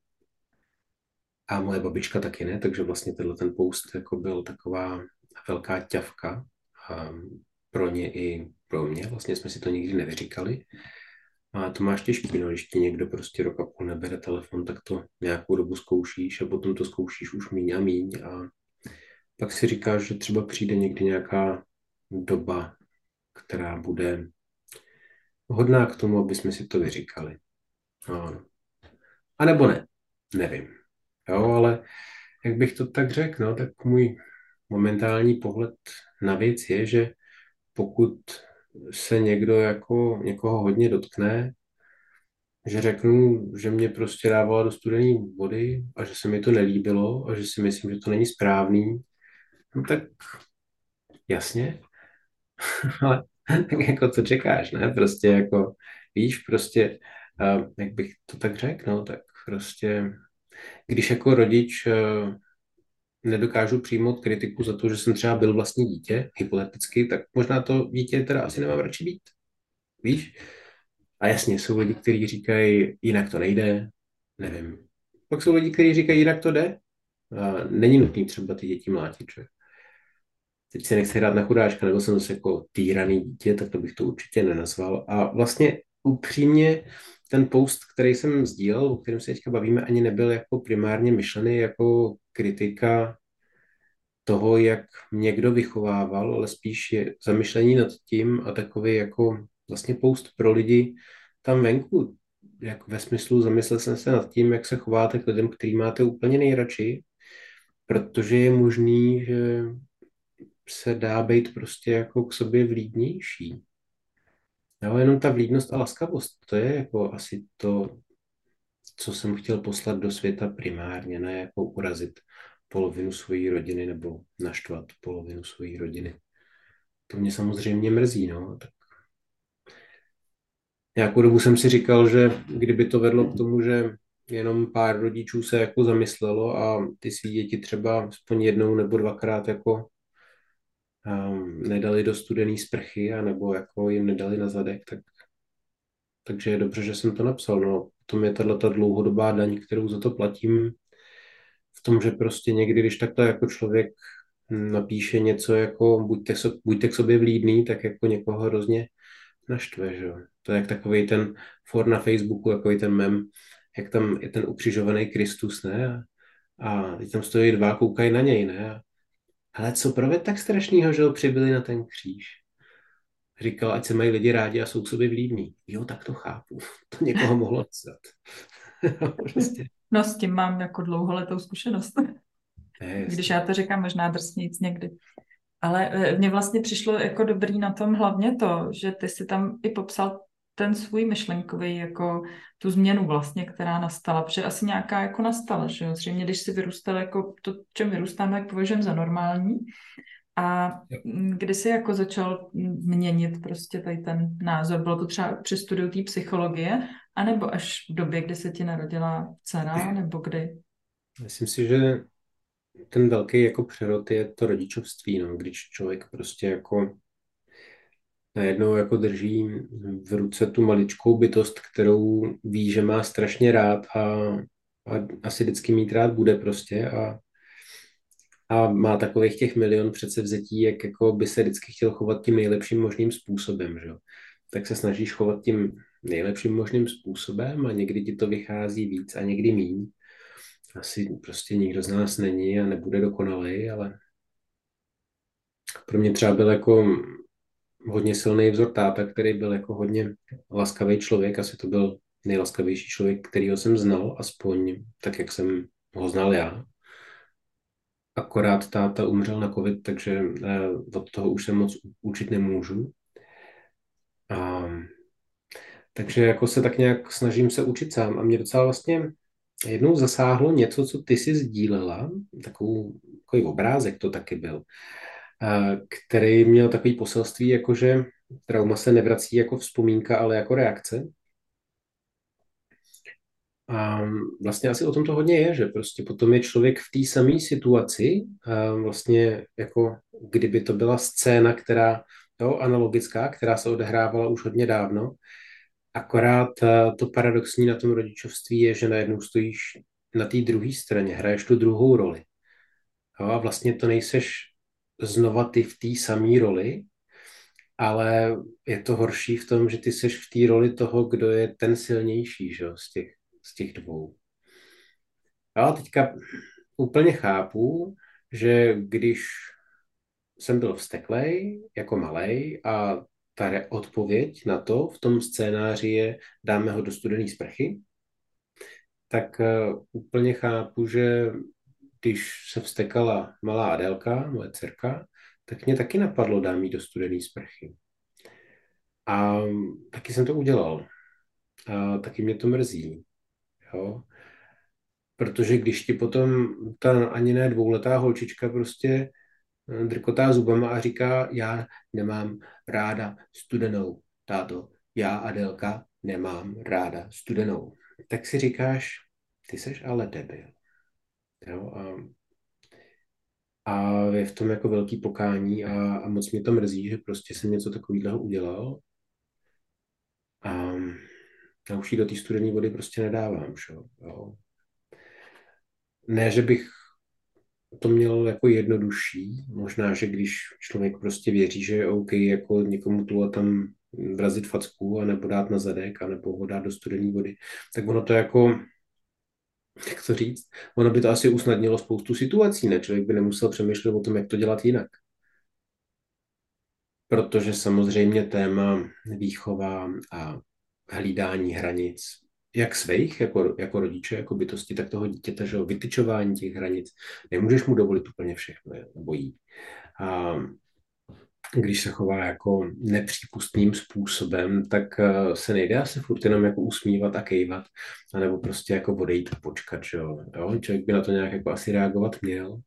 A moje babička taky ne, takže vlastně tenhle ten post jako byl taková velká ťavka pro ně i pro mě. Vlastně jsme si to nikdy nevyříkali. A to máš těžký, no, když ti někdo prostě rok a půl nebere telefon, tak to nějakou dobu zkoušíš a potom to zkoušíš už míň a míň a pak si říkáš, že třeba přijde někdy nějaká doba, která bude vhodná k tomu, aby jsme si to vyříkali. No. A nebo ne, nevím. Jo, ale jak bych to tak řekl, no, tak můj momentální pohled na věc je, že pokud se někdo jako někoho hodně dotkne, že řeknu, že mě prostě dávala do studené vody a že se mi to nelíbilo a že si myslím, že to není správný, no tak jasně, ale tak jako co čekáš, ne? Prostě jako, víš, prostě, jak bych to tak řekl, no, tak prostě, když jako rodič nedokážu přijmout kritiku za to, že jsem třeba byl vlastní dítě, hypoteticky, tak možná to dítě teda asi nemám radši být, víš? A jasně, jsou lidi, kteří říkají, jinak to nejde, nevím. Pak jsou lidi, kteří říkají, jinak to jde. A není nutný třeba ty děti mlátit, že? Teď se nechci hrát na chudáčka, nebo jsem zase jako týraný dítě, tak to bych to určitě nenazval. A vlastně upřímně ten post, který jsem sdílel, o kterém se teďka bavíme, ani nebyl jako primárně myšlený jako kritika toho, jak někdo vychovával, ale spíš je zamyšlení nad tím a takový jako vlastně post pro lidi tam venku, jak ve smyslu zamyslel jsem se nad tím, jak se chováte k lidem, který máte úplně nejradši, protože je možný, že se dá být prostě jako k sobě vlídnější. Jo, jenom ta vlídnost a laskavost, to je jako asi to, co jsem chtěl poslat do světa primárně, ne jako urazit polovinu své rodiny nebo naštvat polovinu své rodiny. To mě samozřejmě mrzí, no. Tak nějakou dobu jsem si říkal, že kdyby to vedlo k tomu, že jenom pár rodičů se jako zamyslelo a ty svý děti třeba aspoň jednou nebo dvakrát jako nedali do studený sprchy a nebo jako jim nedali na zadek, takže je dobře, že jsem to napsal. No, potom je tato dlouhodobá daň, kterou za to platím, v tom, že prostě někdy, když takhle jako člověk napíše něco jako buďte k sobě vlídný, tak jako někoho hrozně naštve, že jo. To je jak takový ten for na Facebooku, takový ten mem, jak tam je ten ukřižovaný Kristus, ne? A teď tam stojí dva, koukají na něj, ne? Ale co provedl tak strašnýho, že ho přibili na ten kříž? Říkal, ať se mají lidi rádi a jsou k sobě vlídní. Jo, tak to chápu. To někoho mohlo nasrat. Prostě. No s tím mám jako dlouholetou zkušenost. Když já to říkám možná drsnějc někdy. Ale mně vlastně přišlo jako dobrý na tom hlavně to, že ty si tam i popsal ten svůj myšlenkový, jako tu změnu vlastně, která nastala, protože asi nějaká jako nastala, že jo? Zřejmě, když si vyrůstal jako to, čem vyrůstáme, jak považujeme za normální. A kdy jsi jako začal měnit prostě tady ten názor? Bylo to třeba při studiu té psychologie, anebo až v době, kdy se ti narodila dcera, nebo kdy? Myslím si, že ten velký jako přerod je to rodičovství, no, když člověk prostě jako najednou jako drží v ruce tu maličkou bytost, kterou ví, že má strašně rád a asi vždycky mít rád bude prostě a má takových těch milion předsevzetí, jak jako by se vždycky chtěl chovat tím nejlepším možným způsobem, že jo. Tak se snažíš chovat tím nejlepším možným způsobem a někdy ti to vychází víc a někdy míň. Asi prostě nikdo z nás není a nebude dokonalý, ale pro mě třeba byl jako hodně silný vzor táta, který byl jako hodně laskavý člověk, asi to byl nejlaskavější člověk, kterýho jsem znal, aspoň tak, jak jsem ho znal já. Akorát táta umřel na covid, takže od toho už se moc učit nemůžu. A, takže jako se tak nějak snažím se učit sám a mě docela vlastně jednou zasáhlo něco, co ty si sdílela, takový obrázek to taky byl, který měl takový poselství, jakože trauma se nevrací jako vzpomínka, ale jako reakce. A vlastně asi o tom to hodně je, že prostě potom je člověk v té samé situaci, a vlastně jako kdyby to byla scéna, která, jo, analogická, která se odehrávala už hodně dávno, akorát to paradoxní na tom rodičovství je, že najednou stojíš na té druhé straně, hraješ tu druhou roli. Jo, a vlastně to nejseš znova ty v té samé roli, ale je to horší v tom, že ty seš v té roli toho, kdo je ten silnější, že jo, z těch dvou. Já teďka úplně chápu, že když jsem byl vzteklej jako malej a ta odpověď na to v tom scénáři je dáme ho do studené sprchy, tak úplně chápu, že když se vztekala malá Adélka, moje dcerka, tak mě taky napadlo dám jí do studené sprchy. A taky jsem to udělal. A taky mě to mrzí. Jo? Protože když ti potom ta ani ne dvouletá holčička prostě drkotá zubama a říká, já nemám ráda studenou, táto, já Adélka nemám ráda studenou. Tak si říkáš, ty seš ale debil. Jo? A je v tom jako velký pokání a moc mě to mrzí, že prostě jsem něco takového udělal a já už ji do té studené vody prostě nedávám. Jo? Ne, že bych to měl jako jednodušší. Možná, že když člověk prostě věří, že je OK jako někomu tu a tam vrazit facku a nebo dát na zadek a nebo ho dát do studené vody, tak ono to jako, jak to říct, ono by to asi usnadnilo spoustu situací, ne? Člověk by nemusel přemýšlet o tom, jak to dělat jinak. Protože samozřejmě téma výchova a hlídání hranic, jak svých, jako rodiče, jako bytosti, tak toho dítěte, že vytyčování těch hranic, nemůžeš mu dovolit úplně všechno, nebo jí. A když se chová jako nepřípustným způsobem, tak se nejde asi furt jenom jako usmívat a kejvat, anebo prostě jako odejít a počkat, že jo. Člověk by na to nějak jako asi reagovat měl.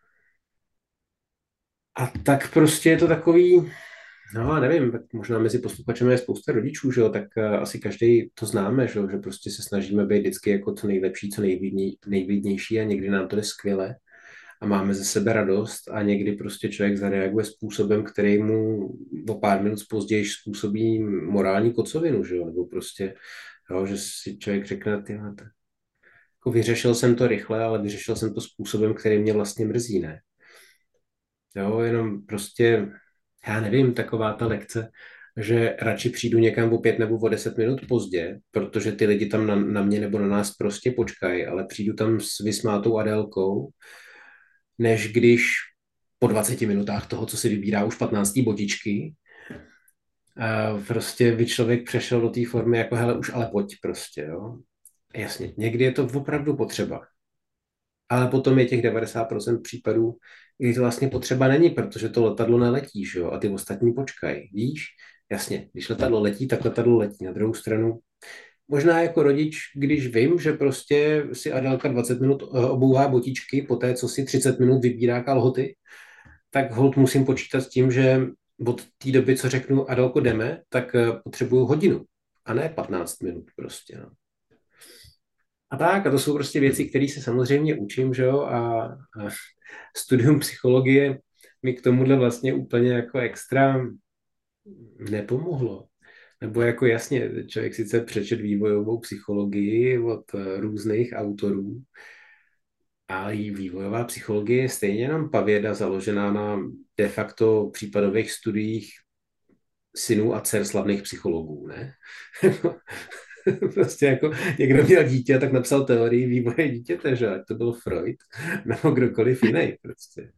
A tak prostě je to takový, no, nevím, tak možná mezi posluchačemi je spousta rodičů, že jo, tak asi každý to známe, že jo, že prostě se snažíme být vždycky jako co nejlepší, co nejvlídnější a někdy nám to jde skvěle a máme ze sebe radost a někdy prostě člověk zareaguje způsobem, který mu o pár minut později způsobí morální kocovinu, že jo, nebo prostě, jo, že si člověk řekne, ty, jako vyřešil jsem to rychle, ale vyřešil jsem to způsobem, který mě vlastně mrzí, ne? Jo, jenom prostě, já nevím, taková ta lekce, že radši přijdu někam o 5 nebo o 10 minut pozdě, protože ty lidi tam na mě nebo na nás prostě počkají, ale přijdu tam s vysmátou Adélkou, než když po 20 minutách toho, co si vybírá už 15. botičky, a prostě by člověk přešel do té formy jako hele, už ale pojď prostě, jo. Jasně, někdy je to opravdu potřeba, ale potom je těch 90% případů, kdy to vlastně potřeba není, protože to letadlo neletí, že jo, a ty ostatní počkají, víš? Jasně, když letadlo letí, tak letadlo letí. Na druhou stranu, možná jako rodič, když vím, že prostě si Adelka 20 minut obouvá botičky, po té, co si 30 minut vybírá kalhoty, tak hold musím počítat s tím, že od té doby, co řeknu Adelko jdeme, tak potřebuju hodinu a ne 15 minut prostě, no. A tak, a to jsou prostě věci, které se samozřejmě učím, že jo, a studium psychologie mi k tomuhle vlastně úplně jako extra nepomohlo. Nebo jako jasně, člověk sice přečet vývojovou psychologii od různých autorů, ale i vývojová psychologie je stejně jenom pavěda založená na de facto případových studiích synů a dcer slavných psychologů, ne? Prostě jako někdo měl dítě, tak napsal teorii vývoje dítěte, že ať to byl Freud nebo kdokoliv jiný prostě.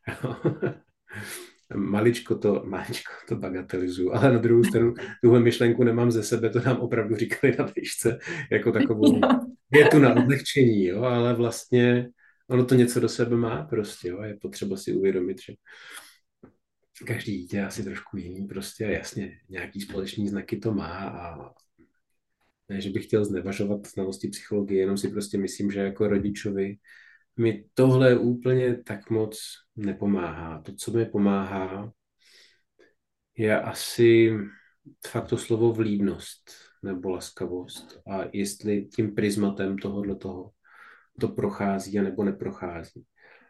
Maličko to bagatelizuju, ale na druhou stranu tuhle myšlenku nemám ze sebe, to nám opravdu říkali na výšce, jako takovou větu na odlehčení, jo, ale vlastně ono to něco do sebe má prostě, jo, je potřeba si uvědomit, že každý dítě je asi trošku jiný, prostě jasně nějaký společný znaky to má a ne, že bych chtěl znevažovat znalosti psychologie, jenom si prostě myslím, že jako rodičovi mi tohle úplně tak moc nepomáhá. To, co mi pomáhá, je asi fakt to slovo vlídnost nebo laskavost. A jestli tím prismatem tohohle toho to prochází a nebo neprochází.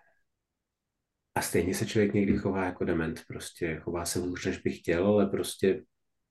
A stejně se člověk někdy chová jako dement, prostě chová se hůř, než by chtěl, ale prostě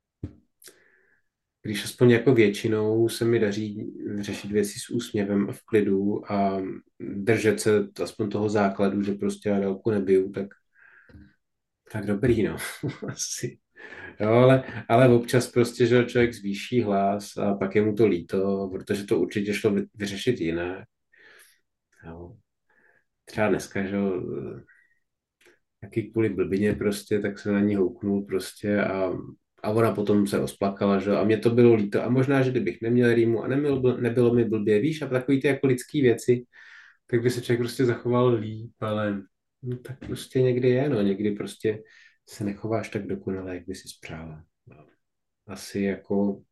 když aspoň jako většinou se mi daří řešit věci s úsměvem a v klidu a držet se aspoň toho základu, že prostě já dálku nebiju, tak dobrý, no, asi. Jo, ale občas prostě, že člověk zvýší hlas a pak je mu to líto, protože to určitě šlo vyřešit jinak. Jo. Třeba dneska, že jo, taky kvůli blbině prostě, tak se na ní houknul prostě a ona potom se osplakala, že jo, a mě to bylo líto a možná, že kdybych neměl rýmu a nebylo mi blbě, víš, a takový ty jako lidský věci, tak by se člověk prostě zachoval líp, ale no, tak prostě někdy je, no, někdy prostě se nechováš tak dokonale, jak by si spřála. No. Asi jako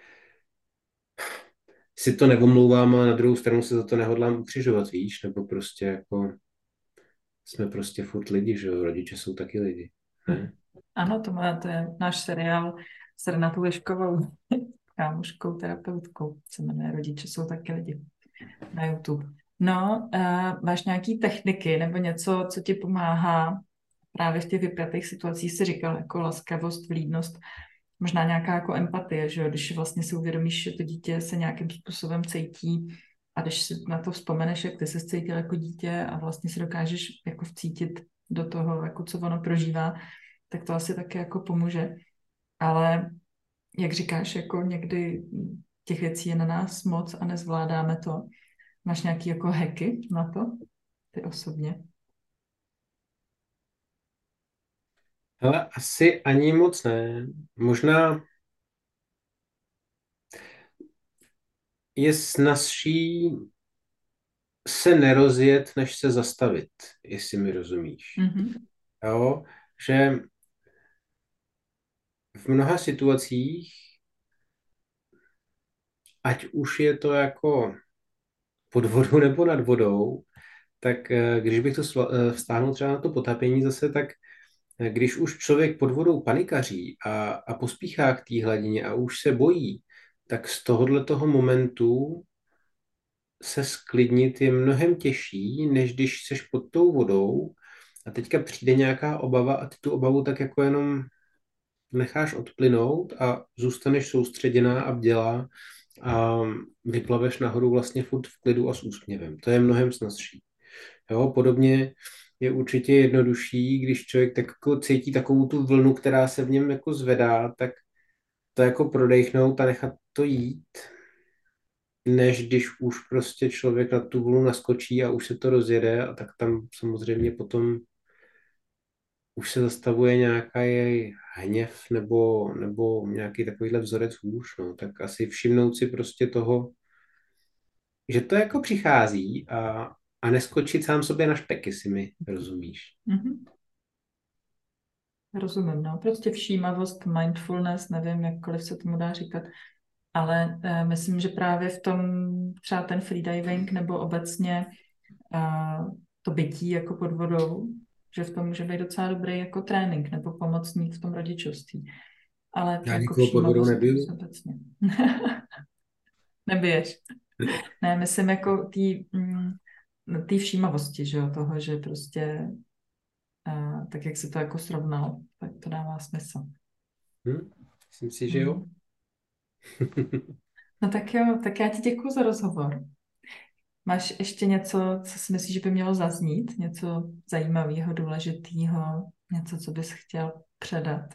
si to nevomlouvám, ale na druhou stranu se za to nehodlám ukřižovat, víš, nebo prostě jako jsme prostě furt lidi, že jo, rodiče jsou taky lidi, ne? Ano, to je náš seriál s Renatou Ješkovou, kámoškou, terapeutkou, se jmenuje Rodiče jsou taky lidi na YouTube. No, máš nějaký techniky nebo něco, co ti pomáhá právě v těch vypjatých situacích, jsi říkal, jako laskavost, vlídnost, možná nějaká jako empatie, že jo, když vlastně si uvědomíš, že to dítě se nějakým způsobem cítí a když si na to vzpomeneš, jak ty se cítil jako dítě a vlastně si dokážeš jako vcítit do toho, jako co ono prožívá, tak to asi taky jako pomůže. Ale jak říkáš, jako někdy těch věcí je na nás moc a nezvládáme to. Máš nějaký jako hacky na to, ty osobně? Ale asi ani moc ne. Možná je snazší se nerozjet, než se zastavit, jestli mi rozumíš. Mm-hmm. Jo? Že v mnoha situacích, ať už je to jako pod vodou nebo nad vodou, tak když bych to vztáhnul třeba na to potápění zase, tak když už člověk pod vodou panikaří a pospíchá k té hladině a už se bojí, tak z tohohle toho momentu se sklidnit je mnohem těžší, než když seš pod tou vodou a teďka přijde nějaká obava a ty tu obavu tak jako jenom necháš odplynout a zůstaneš soustředěná a bdělá a vyplaveš nahoru vlastně furt v klidu a s úsměvem. To je mnohem snazší. Jo, podobně je určitě jednodušší, když člověk tak jako cítí takovou tu vlnu, která se v něm jako zvedá, tak to jako prodechnout a nechat to jít, než když už prostě člověk na tu vlnu naskočí a už se to rozjede a tak tam samozřejmě potom už se zastavuje nějaký hněv nebo nějaký takovýhle vzorec hůř, no, tak asi všimnout si prostě toho, že to jako přichází a neskočit sám sobě na špeky, si mi rozumíš. Mm-hmm. Rozumím, no. Prostě všímavost, mindfulness, nevím, jakkoliv se tomu dá říkat, ale myslím, že právě v tom třeba ten freediving nebo obecně to bytí jako pod vodou, že v tom může být docela dobrý jako trénink nebo pomocník v tom rodičovství. Ale Já jako nikoho pod vodou všímavost nebiju. obecně. Nebiješ. Ne, myslím jako tý všímavosti, že jo, toho, že prostě tak, jak si to jako srovnal, tak to dává smysl. Myslím si, že jo. Hmm. No tak jo, tak já ti děkuji za rozhovor. Máš ještě něco, co si myslíš, že by mělo zaznít? Něco zajímavého, důležitého? Něco, co bys chtěl předat?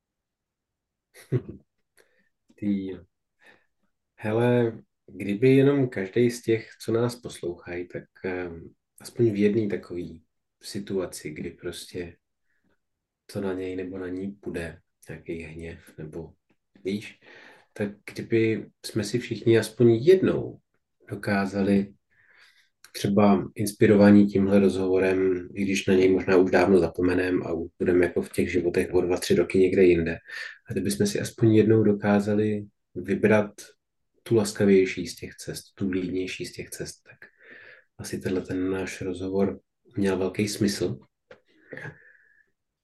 Ty, hele, kdyby jenom každý z těch, co nás poslouchají, tak aspoň v jedné takové situaci, kdy prostě to na něj nebo na ní půjde, nějaký hněv, nebo víš, tak kdyby jsme si všichni aspoň jednou dokázali třeba inspirovaní tímhle rozhovorem, i když na něj možná už dávno zapomenem a budeme jako v těch životech o 2, 3 roky někde jinde. A kdybychom si aspoň jednou dokázali vybrat tu laskavější z těch cest, tu vlídnější z těch cest, tak asi tenhle ten náš rozhovor měl velký smysl.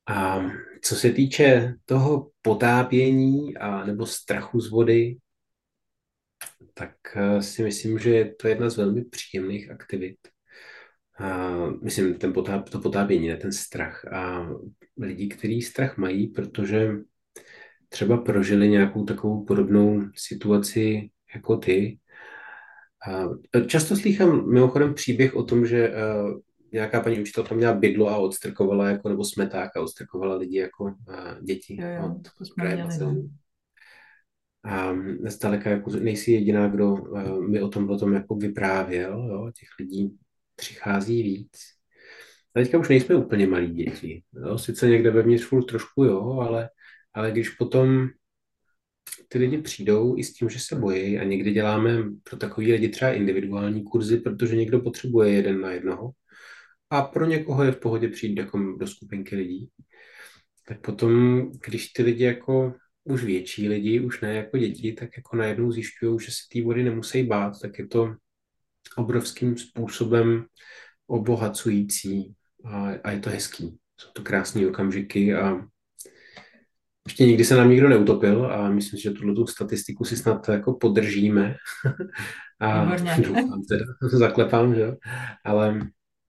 A co se týče toho potápění a nebo strachu z vody, tak si myslím, že je to jedna z velmi příjemných aktivit. A myslím, to potápění, ne ten strach. A lidi, kteří strach mají, protože třeba prožili nějakou takovou podobnou situaci jako ty. A často slýchám mimochodem příběh o tom, že nějaká paní učitelka měla bydlo a odstrkovala jako, nebo smeták a odstrkovala lidi jako děti Jo, od jo, to jsme kraje měli, no. bazénu. A zdaleka jako nejsi jediná, kdo mi o tom jako vyprávěl, jo? Těch lidí přichází víc. A teďka už nejsme úplně malí děti. Jo? Sice někde vevnitř furt trošku, jo, ale když potom ty lidi přijdou i s tím, že se bojí a někdy děláme pro takový lidi třeba individuální kurzy, protože někdo potřebuje jeden na jednoho a pro někoho je v pohodě přijít jako do skupinky lidí, tak potom, když ty lidi jako už větší lidi, už ne jako děti, tak jako najednou zjišťují, že se té vody nemusí bát, tak je to obrovským způsobem obohacující a je to hezký. Jsou to krásné okamžiky a ještě nikdy se nám nikdo neutopil a myslím si, že tuto statistiku si snad jako podržíme a Výborně. doufám teda, zaklepám, že jo, ale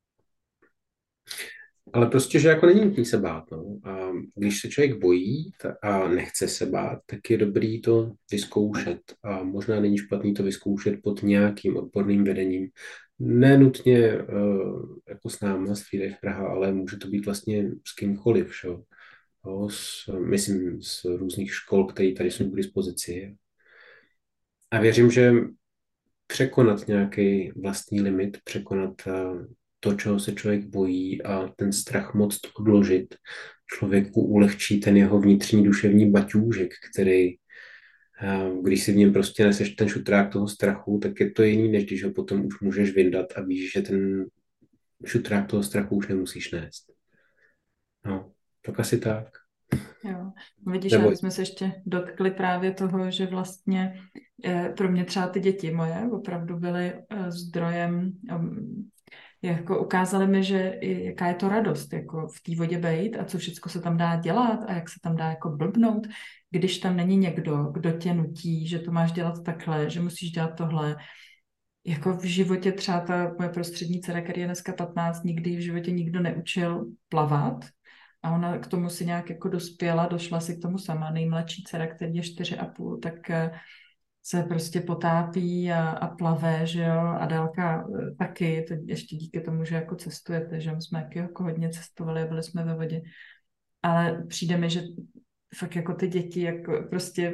Ale prostě, že jako není nutný se bát, no. A když se člověk bojí a nechce se bát, tak je dobrý to vyzkoušet. A možná není špatný to vyzkoušet pod nějakým odborným vedením. Nenutně jako s námi z Freedive Praha, ale může to být vlastně s kýmkoliv, že? Jo, myslím, z různých škol, které tady jsou k dispozici. A věřím, že překonat nějaký vlastní limit, překonat to, čeho se člověk bojí a ten strach moc odložit, člověku ulehčí ten jeho vnitřní duševní baťůžek, který, když si v něm prostě neseš ten šutrák toho strachu, tak je to jiný, než když ho potom už můžeš vyndat a víš, že ten šutrák toho strachu už nemusíš nést. No, tak asi tak. Jo. Vidíš, Nebo aby jsme se ještě dotkli právě toho, že vlastně pro mě třeba ty děti moje opravdu byly zdrojem, jako ukázali mi, že jaká je to radost jako v té vodě bejt a co všechno se tam dá dělat a jak se tam dá jako blbnout, když tam není někdo, kdo tě nutí, že to máš dělat takhle, že musíš dělat tohle. Jako v životě třeba ta moje prostřední dcera, který je dneska 15, nikdy v životě nikdo neučil plavat, a ona k tomu si nějak jako dospěla, došla si k tomu sama. Nejmladší dcera, který je 4,5, tak se prostě potápí a plave, že jo, Adélka taky, to ještě díky tomu, že jako cestujete, že my jsme taky jako hodně cestovali a byli jsme ve vodě. Ale přijde mi, že fakt jako ty děti, jako prostě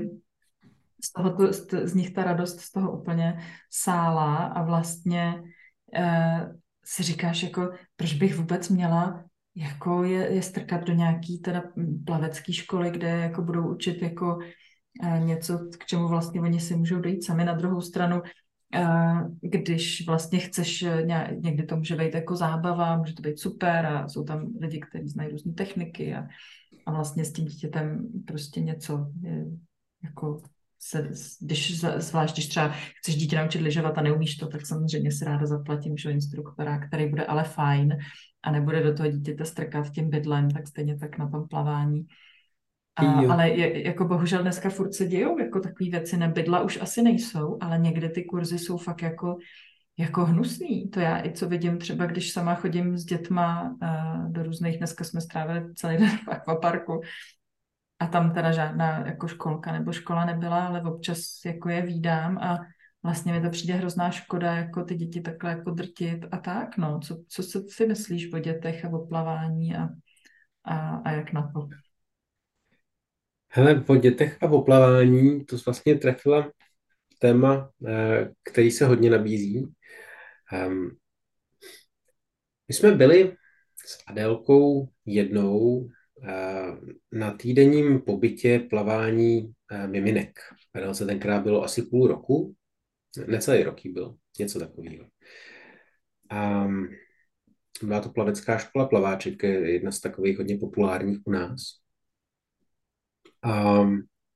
z nich ta radost z toho úplně sála a vlastně si říkáš, jako, proč bych vůbec měla jako je strkat do nějaký teda plavecký školy, kde jako budou učit jako něco, k čemu vlastně oni si můžou dojít sami. Na druhou stranu, když vlastně chceš, někdy to může být jako zábava, může to být super a jsou tam lidi, kteří znají různé techniky a vlastně s tím dítětem prostě něco jako zvlášť když třeba chceš dítě naučit lyžovat a neumíš to, tak samozřejmě si ráda zaplatím, že instruktora, který bude ale fajn a nebude do toho dítěte strkat tím bydlem, tak stejně tak na tom plavání. jo. Ale jako bohužel dneska furt se dějou jako takové věci, nebydla už asi nejsou, ale někde ty kurzy jsou fakt jako hnusný. To já i co vidím třeba, když sama chodím s dětma do různých, dneska jsme strávili celý den v akvaparku, a tam teda žádná jako školka nebo škola nebyla, ale občas jako je vídám a vlastně mi to přijde hrozná škoda, jako ty děti takhle jako drtit a tak, no. Co si myslíš o dětech a o plavání a jak na to? Hele, o dětech a o plavání, to jsi vlastně trefila téma, který se hodně nabízí. Ehm, My jsme byli s Adélkou jednou na týdenním pobytě plavání miminek. Adélce tenkrát bylo asi půl roku, necelý rok jí byl, něco takového. A byla to plavecká škola plaváček, je jedna z takových hodně populárních u nás. A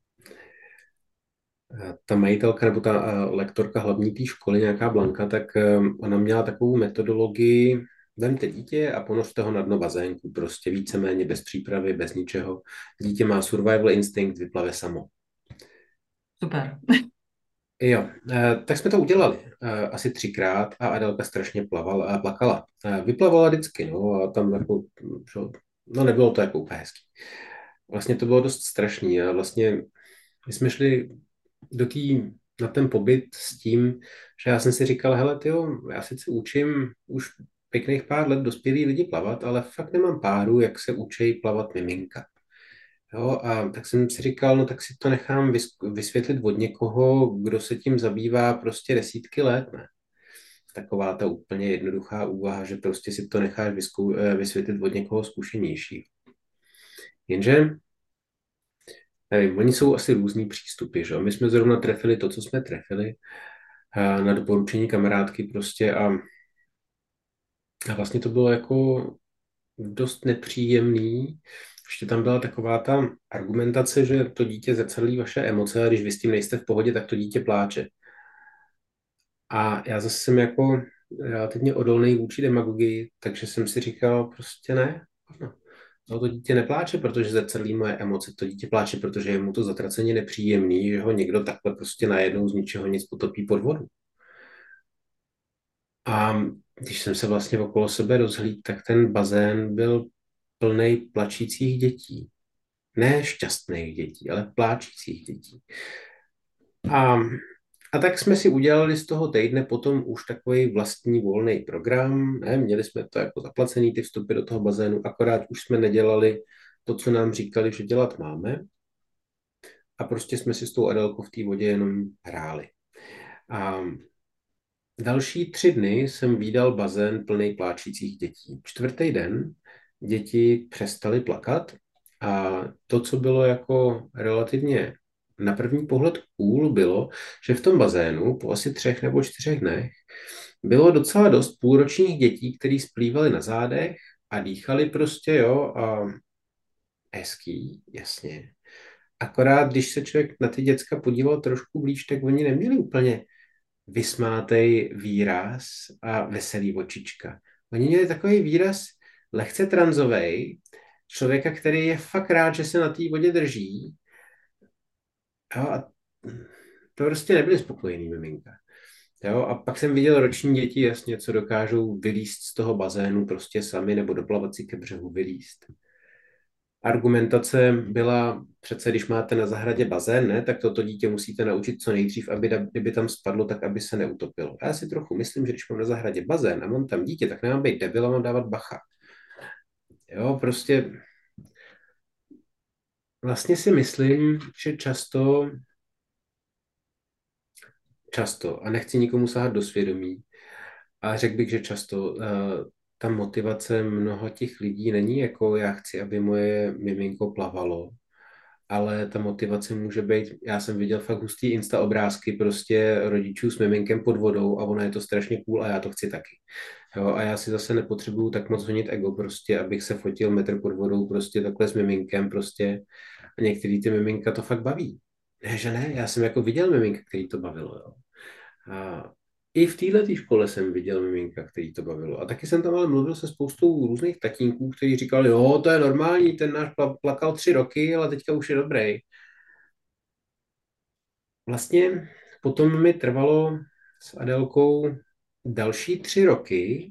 ta majitelka nebo ta lektorka hlavní té školy, nějaká Blanka, tak ona měla takovou metodologii, Vemte dítě a ponořte ho na dno bazénku, prostě víceméně bez přípravy, bez ničeho. Dítě má survival instinct, vyplave samo. Super. Jo, tak jsme to udělali asi 3krát a Adelka strašně plavala a plakala. Vyplavala vždycky, no a tam jako, že, no nebylo to jako úplně hezký. Vlastně to bylo dost strašný a vlastně my jsme šli do na ten pobyt s tím, že já jsem si říkal, hele, tyjo, já sice učím už pěkných pár let dospělí lidi plavat, ale fakt nemám páru, jak se učí plavat miminka. Jo, a tak jsem si říkal, no tak si to nechám vysvětlit od někoho, kdo se tím zabývá prostě desítky let, ne? Taková ta úplně jednoduchá úvaha, že prostě si to necháš vysvětlit od někoho zkušenější. Jenže, nevím, oni jsou asi různý přístupy, že? My jsme zrovna trefili to, co jsme trefili, na doporučení kamarádky prostě a vlastně to bylo jako dost nepříjemný. Ještě tam byla taková ta argumentace, že to dítě zrcadlí vaše emoce a když vy s tím nejste v pohodě, tak to dítě pláče. A já zase jsem jako relativně odolný vůči demagogii, takže jsem si říkal prostě ne. No, to dítě nepláče, protože zrcadlí moje emoce. To dítě pláče, protože je mu to zatraceně nepříjemný, že ho někdo takhle prostě najednou z ničeho nic potopí pod vodu. A když jsem se vlastně okolo sebe rozhlídl, tak ten bazén byl plný plačících dětí. Ne šťastných dětí, ale pláčících dětí. A, a tak jsme si udělali z toho týdne potom už takový vlastní volný program. Ne? Měli jsme to jako zaplacený, ty vstupy do toho bazénu, akorát už jsme nedělali to, co nám říkali, že dělat máme. A prostě jsme si s tou Adelkou v té vodě jenom hráli. A další 3 dny jsem vídal bazén plný pláčících dětí. 4. den děti přestaly plakat a to, co bylo jako relativně na první pohled cool, bylo, že v tom bazénu po asi 3 nebo 4 dnech bylo docela dost půlročních dětí, které splývaly na zádech a dýchali prostě, jo, a hezký, jasně. Akorát, když se člověk na ty děcka podíval trošku blíž, tak oni neměli úplně vysmátej výraz a veselý očička. Oni měli takový výraz lehce tranzovej, člověka, který je fakt rád, že se na té vodě drží. Jo, a to prostě nebyli spokojení miminka. Jo, a pak jsem viděl roční děti, jasně, co dokážou vylízt z toho bazénu prostě sami nebo doplavat si ke břehu vylízt. Argumentace byla, přece když máte na zahradě bazén, ne, tak toto dítě musíte naučit co nejdřív, aby kdyby tam spadlo, tak aby se neutopilo. A já si trochu myslím, že když mám na zahradě bazén a mám tam dítě, tak nemám být debil a mám dávat bacha. Jo, prostě vlastně si myslím, že často, a nechci nikomu sahat do svědomí, a řekl bych, že často ta motivace mnoha těch lidí není jako já chci, aby moje miminko plavalo, ale ta motivace může být, já jsem viděl fakt hustý Insta obrázky prostě rodičů s miminkem pod vodou a ono je to strašně cool a já to chci taky. Jo, a já si zase nepotřebuju tak moc honit ego prostě, abych se fotil metr pod vodou prostě takhle s miminkem prostě a některý ty miminka to fakt baví. Ne, že ne, já jsem jako viděl miminka, který to bavilo, jo. A i v této škole jsem viděl miminka, který to bavilo. A taky jsem tam ale mluvil se spoustou různých tatínků, kteří říkali, jo, to je normální, ten náš plakal 3 roky, ale teďka už je dobrý. Vlastně potom mi trvalo s Adelkou další 3 roky,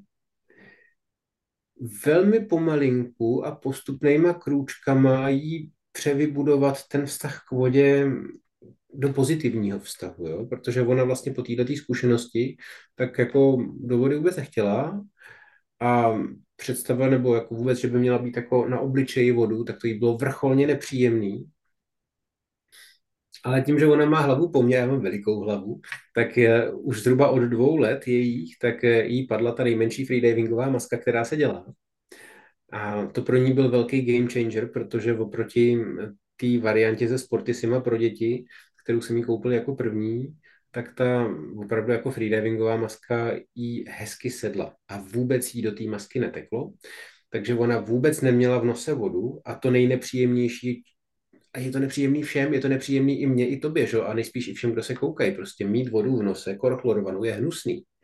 velmi pomalinku a postupnýma krůčkama jí převybudovat ten vztah k vodě do pozitivního vztahu, jo? Protože ona vlastně po této zkušenosti tak jako do vody vůbec nechtěla a představa, nebo jako vůbec, že by měla být jako na obličeji vodu, tak to jí bylo vrcholně nepříjemný. Ale tím, že ona má hlavu po mně, já mám velikou hlavu, tak už zhruba od 2 let jejich, tak jí padla ta nejmenší freedivingová maska, která se dělá. A to pro ní byl velký game changer, protože oproti té variantě ze Sportissima pro děti, kterou jsem jí koupil jako první, tak ta opravdu jako freedivingová maska jí hezky sedla a vůbec jí do té masky neteklo. Takže ona vůbec neměla v nose vodu a to nejnepříjemnější, a je to nepříjemný všem, je to nepříjemný i mně, i tobě, že? A nejspíš i všem, kdo se koukají. Prostě mít vodu v nose, chlorovanou, je hnusný.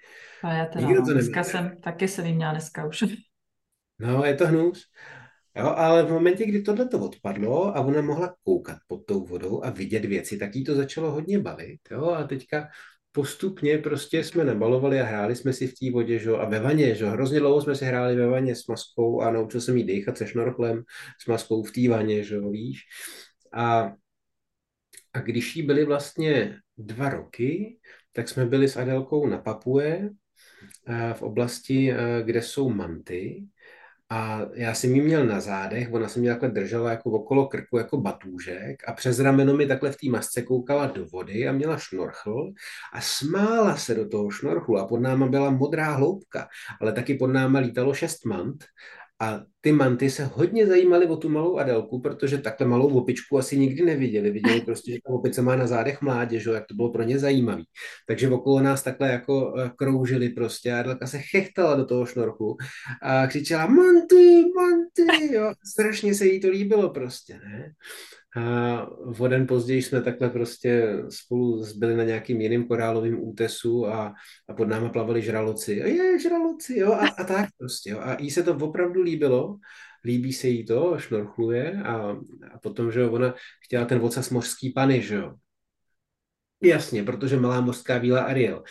To je teda, Nikdo no. to nemá Dneska rád. jsem taky se vyměnila dneska už. No, je to hnus. Jo, ale v momentě, kdy tohle to odpadlo a ona mohla koukat pod tou vodou a vidět věci, tak jí to začalo hodně bavit. Jo? A teďka postupně prostě jsme nabalovali a hráli jsme si v té vodě, že? A ve vaně, že? Hrozně dlouho jsme si hráli ve vaně s maskou a naučil jsem jí dýchat se šnorchlem s maskou v té vaně, že? Víš? A, a když jí byly vlastně 2 roky, tak jsme byli s Adelkou na Papue v oblasti, kde jsou manty. A já jsem jí měl na zádech, ona se mě takhle držela jako okolo krku, jako batůžek a přes rameno mi takhle v té masce koukala do vody a měla šnorchl a smála se do toho šnorchlu a pod náma byla modrá hloubka, ale taky pod náma lítalo 6 mant a ty manty se hodně zajímaly o tu malou Adelku, protože takhle malou opičku asi nikdy neviděli. Viděli prostě, že ta opice má na zádech mládež, jak to bylo pro ně zajímavý. Takže okolo nás takhle jako kroužili prostě a Adelka se chechtala do toho šnorchlu a křičela Monty, Monty, jo. Strašně se jí to líbilo prostě, ne? A o den později jsme takhle prostě spolu byli na nějakým jiným korálovým útesu a pod náma plavali žraloci. Žraloci, jo, a tak prostě, jo. A jí se to opravdu líbilo, líbí se jí to, šnorchluje a potom, že jo, ona chtěla ten ocas mořský pany, že jo. Jasně, protože malá mořská víla Ariel.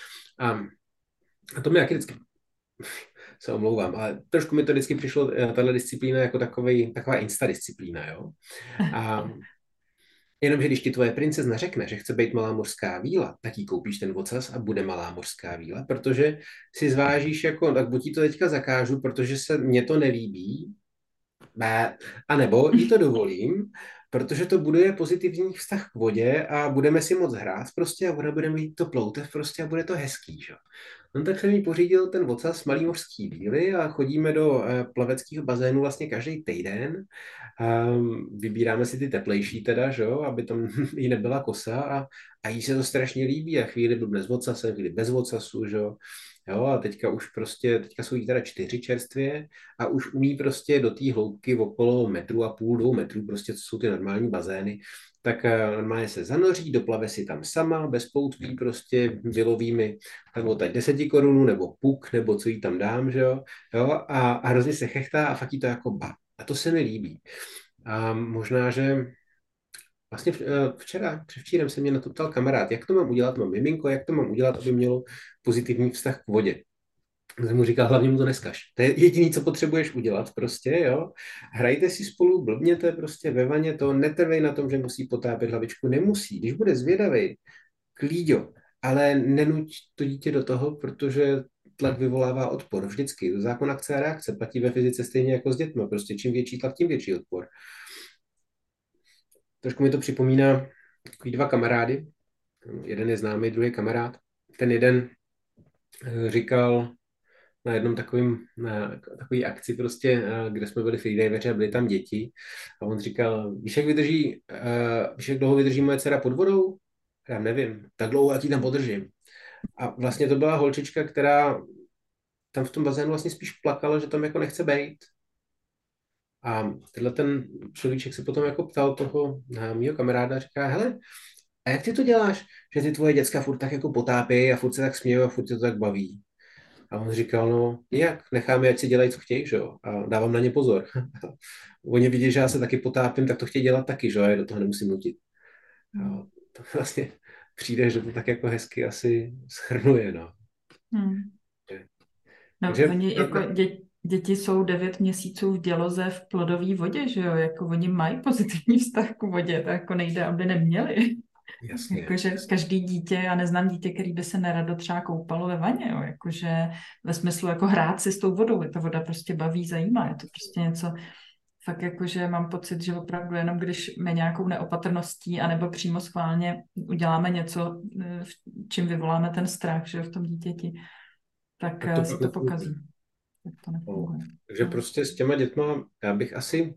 A to mi jak vždycky se omlouvám, ale trošku mi to vždycky přišlo, tahle disciplína jako taková instadisciplína, jo. A jenomže když ti tvoje princezna řekne, že chce být malá mořská víla, tak jí koupíš ten ocas a bude malá mořská víla, protože si zvážíš jako, tak buď ti to teďka zakážu, protože se mně to nelíbí, a nebo jí to dovolím, protože to buduje pozitivní vztah k vodě a budeme si moc hrát prostě a voda bude mít to ploutev prostě a bude to hezký, že? No tak jsem jí pořídil ten ocas malý mořský víly a chodíme do plaveckého bazénu vlastně každý týden. Vybíráme si ty teplejší teda, že jo, aby tam jí nebyla kosa a jí se to strašně líbí a chvíli blbne s ocasem, chvíli bez ocasu, že jo. Jo, a teďka jsou jí teda 4 čerstvě a už umí prostě do té hloubky okolo 1,5 metru, 2 metrů, prostě co jsou ty normální bazény, tak normálně se zanoří, doplave si tam sama, bez poutví, prostě vyloví mi nebo tak 10 korunů, nebo puk, nebo co jí tam dám, že jo, a hrozně se chechtá a fakt jí to jako ba. A to se mi líbí. A možná, že vlastně předevčírem se mě na to ptal kamarád, jak to mám udělat, mám miminko, jak to mám udělat, aby mělo pozitivní vztah k vodě. Jsem mu říkal, hlavně mu to neskaž. To je jediné, co potřebuješ udělat prostě, jo. Hrajte si spolu, blbněte prostě ve vaně, to netrvej na tom, že musí potápět hlavičku, nemusí. Když bude zvědavej, klíďo, ale nenuť to dítě do toho, protože tlak vyvolává odpor. Vždycky. Zákon akce a reakce platí ve fyzice stejně jako s dětmi. Prostě čím větší tlak, tím větší odpor. Trošku mi to připomíná takový 2 kamarády. Jeden je známý, druhý kamarád. Ten jeden říkal na jednom takový akci prostě, kde jsme byli freediveři a byli tam děti. A on říkal, víš, jak dlouho vydrží moje dcera pod vodou? Já nevím, tak dlouho já ti tam podržím. A vlastně to byla holčička, která tam v tom bazénu vlastně spíš plakala, že tam jako nechce být. A tenhle ten človíček se potom jako ptal toho mýho kamaráda a říká, hele, a jak ty to děláš, že ty tvoje děcka furt tak jako potápějí a furt se tak smějí a furt se to tak baví? A on říkal, no jak, necháme, ať si dělají, co chtějí, že jo, a dávám na ně pozor. Oni vidí, že já se taky potápím, tak to chtějí dělat taky, že jo, já do toho nemusím nutit. A to vlastně přijde, že to tak jako hezky asi shrnuje, no. Hmm. No, Takže oni jako děti jsou 9 měsíců v děloze v plodové vodě, že jo, jako oni mají pozitivní vztah k vodě, to jako nejde, aby neměli. jasně, Jakože jasně. každý dítě, já neznám dítě, který by se nerado třeba koupalo ve vaně, jo, jakože ve smyslu jako hrát si s tou vodou, ta voda prostě baví, zajímá, je to prostě něco, fakt jakože mám pocit, že opravdu jenom když my nějakou neopatrností anebo přímo schválně uděláme něco, čím vyvoláme ten strach, že jo, v tom dítěti, tak Tak to se pak to nefunguje. pokazí. Tak to No. nefunguje. Takže No. prostě s těma dětma já bych asi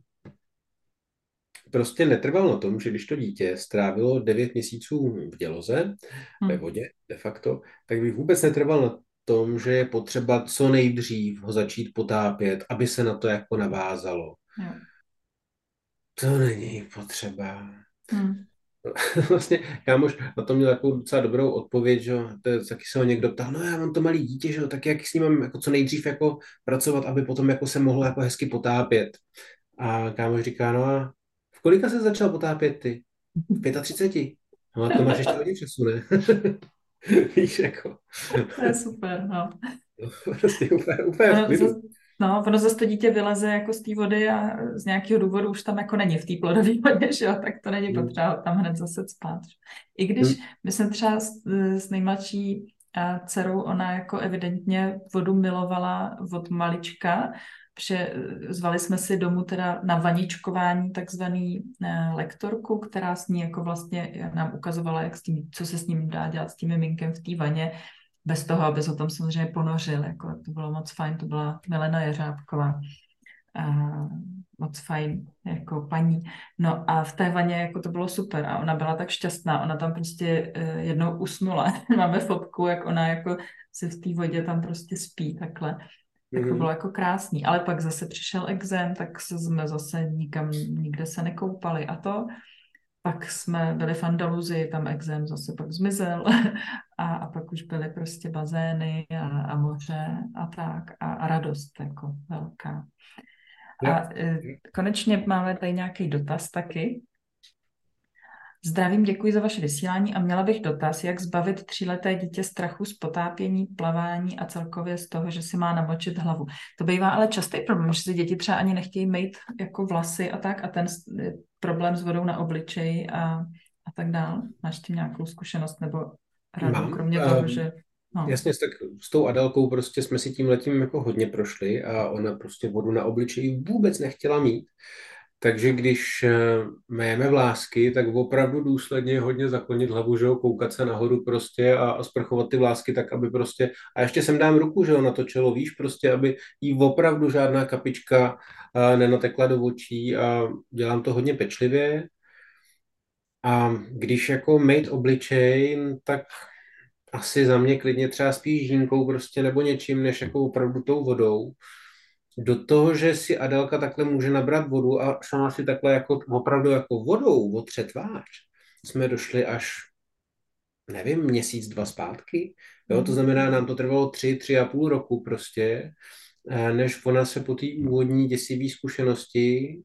prostě netrval na tom, že když to dítě strávilo 9 měsíců v děloze, ve Hm. vodě de facto, tak bych vůbec netrval na tom, že je potřeba co nejdřív ho začít potápět, aby se na to jako navázalo. Jo. To není potřeba. Hm. Vlastně kámoš na to měl takovou docela dobrou odpověď, že jo, to je, taky se ho někdo ptal, no já mám to malý dítě, že jo, tak jak s ním mám jako co nejdřív jako pracovat, aby potom jako se mohlo jako hezky potápět. A kámoš říká, no a v kolika se začal potápět ty? V 35. No a to máš ještě hodně času, ne? Víš, jako. To je super, no. Prostě úplně v Ono, klidu. ono zase to dítě vyleze jako z té vody a z nějakého důvodu už tam jako není v té plodové vodě, že jo, tak to není Hmm. potřeba ho tam hned zase spát. I když Hmm. my jsme třeba s nejmladší dcerou, ona jako evidentně vodu milovala od malička, protože zvali jsme si domů teda na vaničkování takzvaný lektorku, která s ní jako vlastně nám ukazovala, jak s tím, co se s ním dá dělat s tím miminkem v té vaně, bez toho, aby se o tom samozřejmě ponořil. Jako, to bylo moc fajn, to byla Milena Jeřábková. A moc fajn jako paní. No a v té vaně jako to bylo super a ona byla tak šťastná, ona tam prostě jednou usnula. Máme fotku, jak ona jako si v té vodě tam prostě spí takhle. Tak to bylo Hmm. jako krásný. Ale pak zase přišel exém, tak jsme zase nikam, nikde se nekoupali a to. Pak jsme byli v Andaluzii, tam exém zase pak zmizel a pak už byly prostě bazény a moře a tak a radost jako velká. Jo. A konečně máme tady nějaký dotaz taky. Zdravím, děkuji za vaše vysílání a měla bych dotaz, jak zbavit 3leté dítě strachu z potápění, plavání a celkově z toho, že si má namočit hlavu. To bývá ale častý problém, že si děti třeba ani nechtějí mít jako vlasy a tak a ten problém s vodou na obličeji a tak dál. Máš tím nějakou zkušenost nebo radu, Mám. kromě toho, že no. Jasně, tak s tou Adélkou prostě jsme si tím letím jako hodně prošli a ona prostě vodu na obličeji vůbec nechtěla mít. Takže když méme vlásky, tak opravdu důsledně hodně zaklonit hlavu, že jo, koukat se nahoru prostě a sprchovat ty vlásky tak, aby prostě, a ještě sem dám ruku, že jo, na to čelo, víš, prostě, aby jí opravdu žádná kapička nenatekla do očí a dělám to hodně pečlivě. A když jako mít obličej, tak asi za mě klidně třeba spíš žínkou prostě nebo něčím, než jako opravdu tou vodou. Do toho, že si Adelka takhle může nabrat vodu a sama si takhle jako opravdu jako vodou otře tvář, jsme došli až, nevím, měsíc, dva zpátky. Jo, to znamená, nám to trvalo 3,5 roku prostě, než ona se po té úvodní děsivé zkušenosti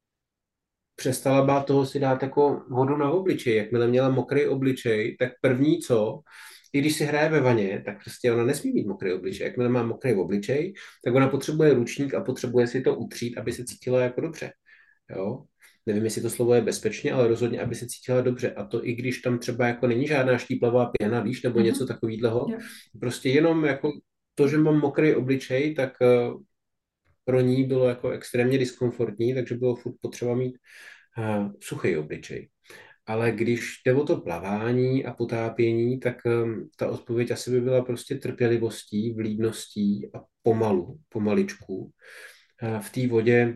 přestala bát toho si dát jako vodu na obličej. Jakmile měla mokrý obličej, tak první co, i když si hraje ve vaně, tak prostě ona nesmí mít mokrý obličej. Jakmile má mokrý obličej, tak ona potřebuje ručník a potřebuje si to utřít, aby se cítila jako dobře. Jo? Nevím, jestli to slovo je bezpečně, ale rozhodně, aby se cítila dobře. A to i když tam třeba jako není žádná štíplavá pěna, víš, nebo něco takového. Jo. Prostě jenom jako to, že mám mokrý obličej, tak pro ní bylo jako extrémně diskomfortní, takže bylo furt potřeba mít suchý obličej. Ale když jde o to plavání a potápění, tak ta odpověď asi by byla prostě trpělivostí, vlídností a pomaličku. V té vodě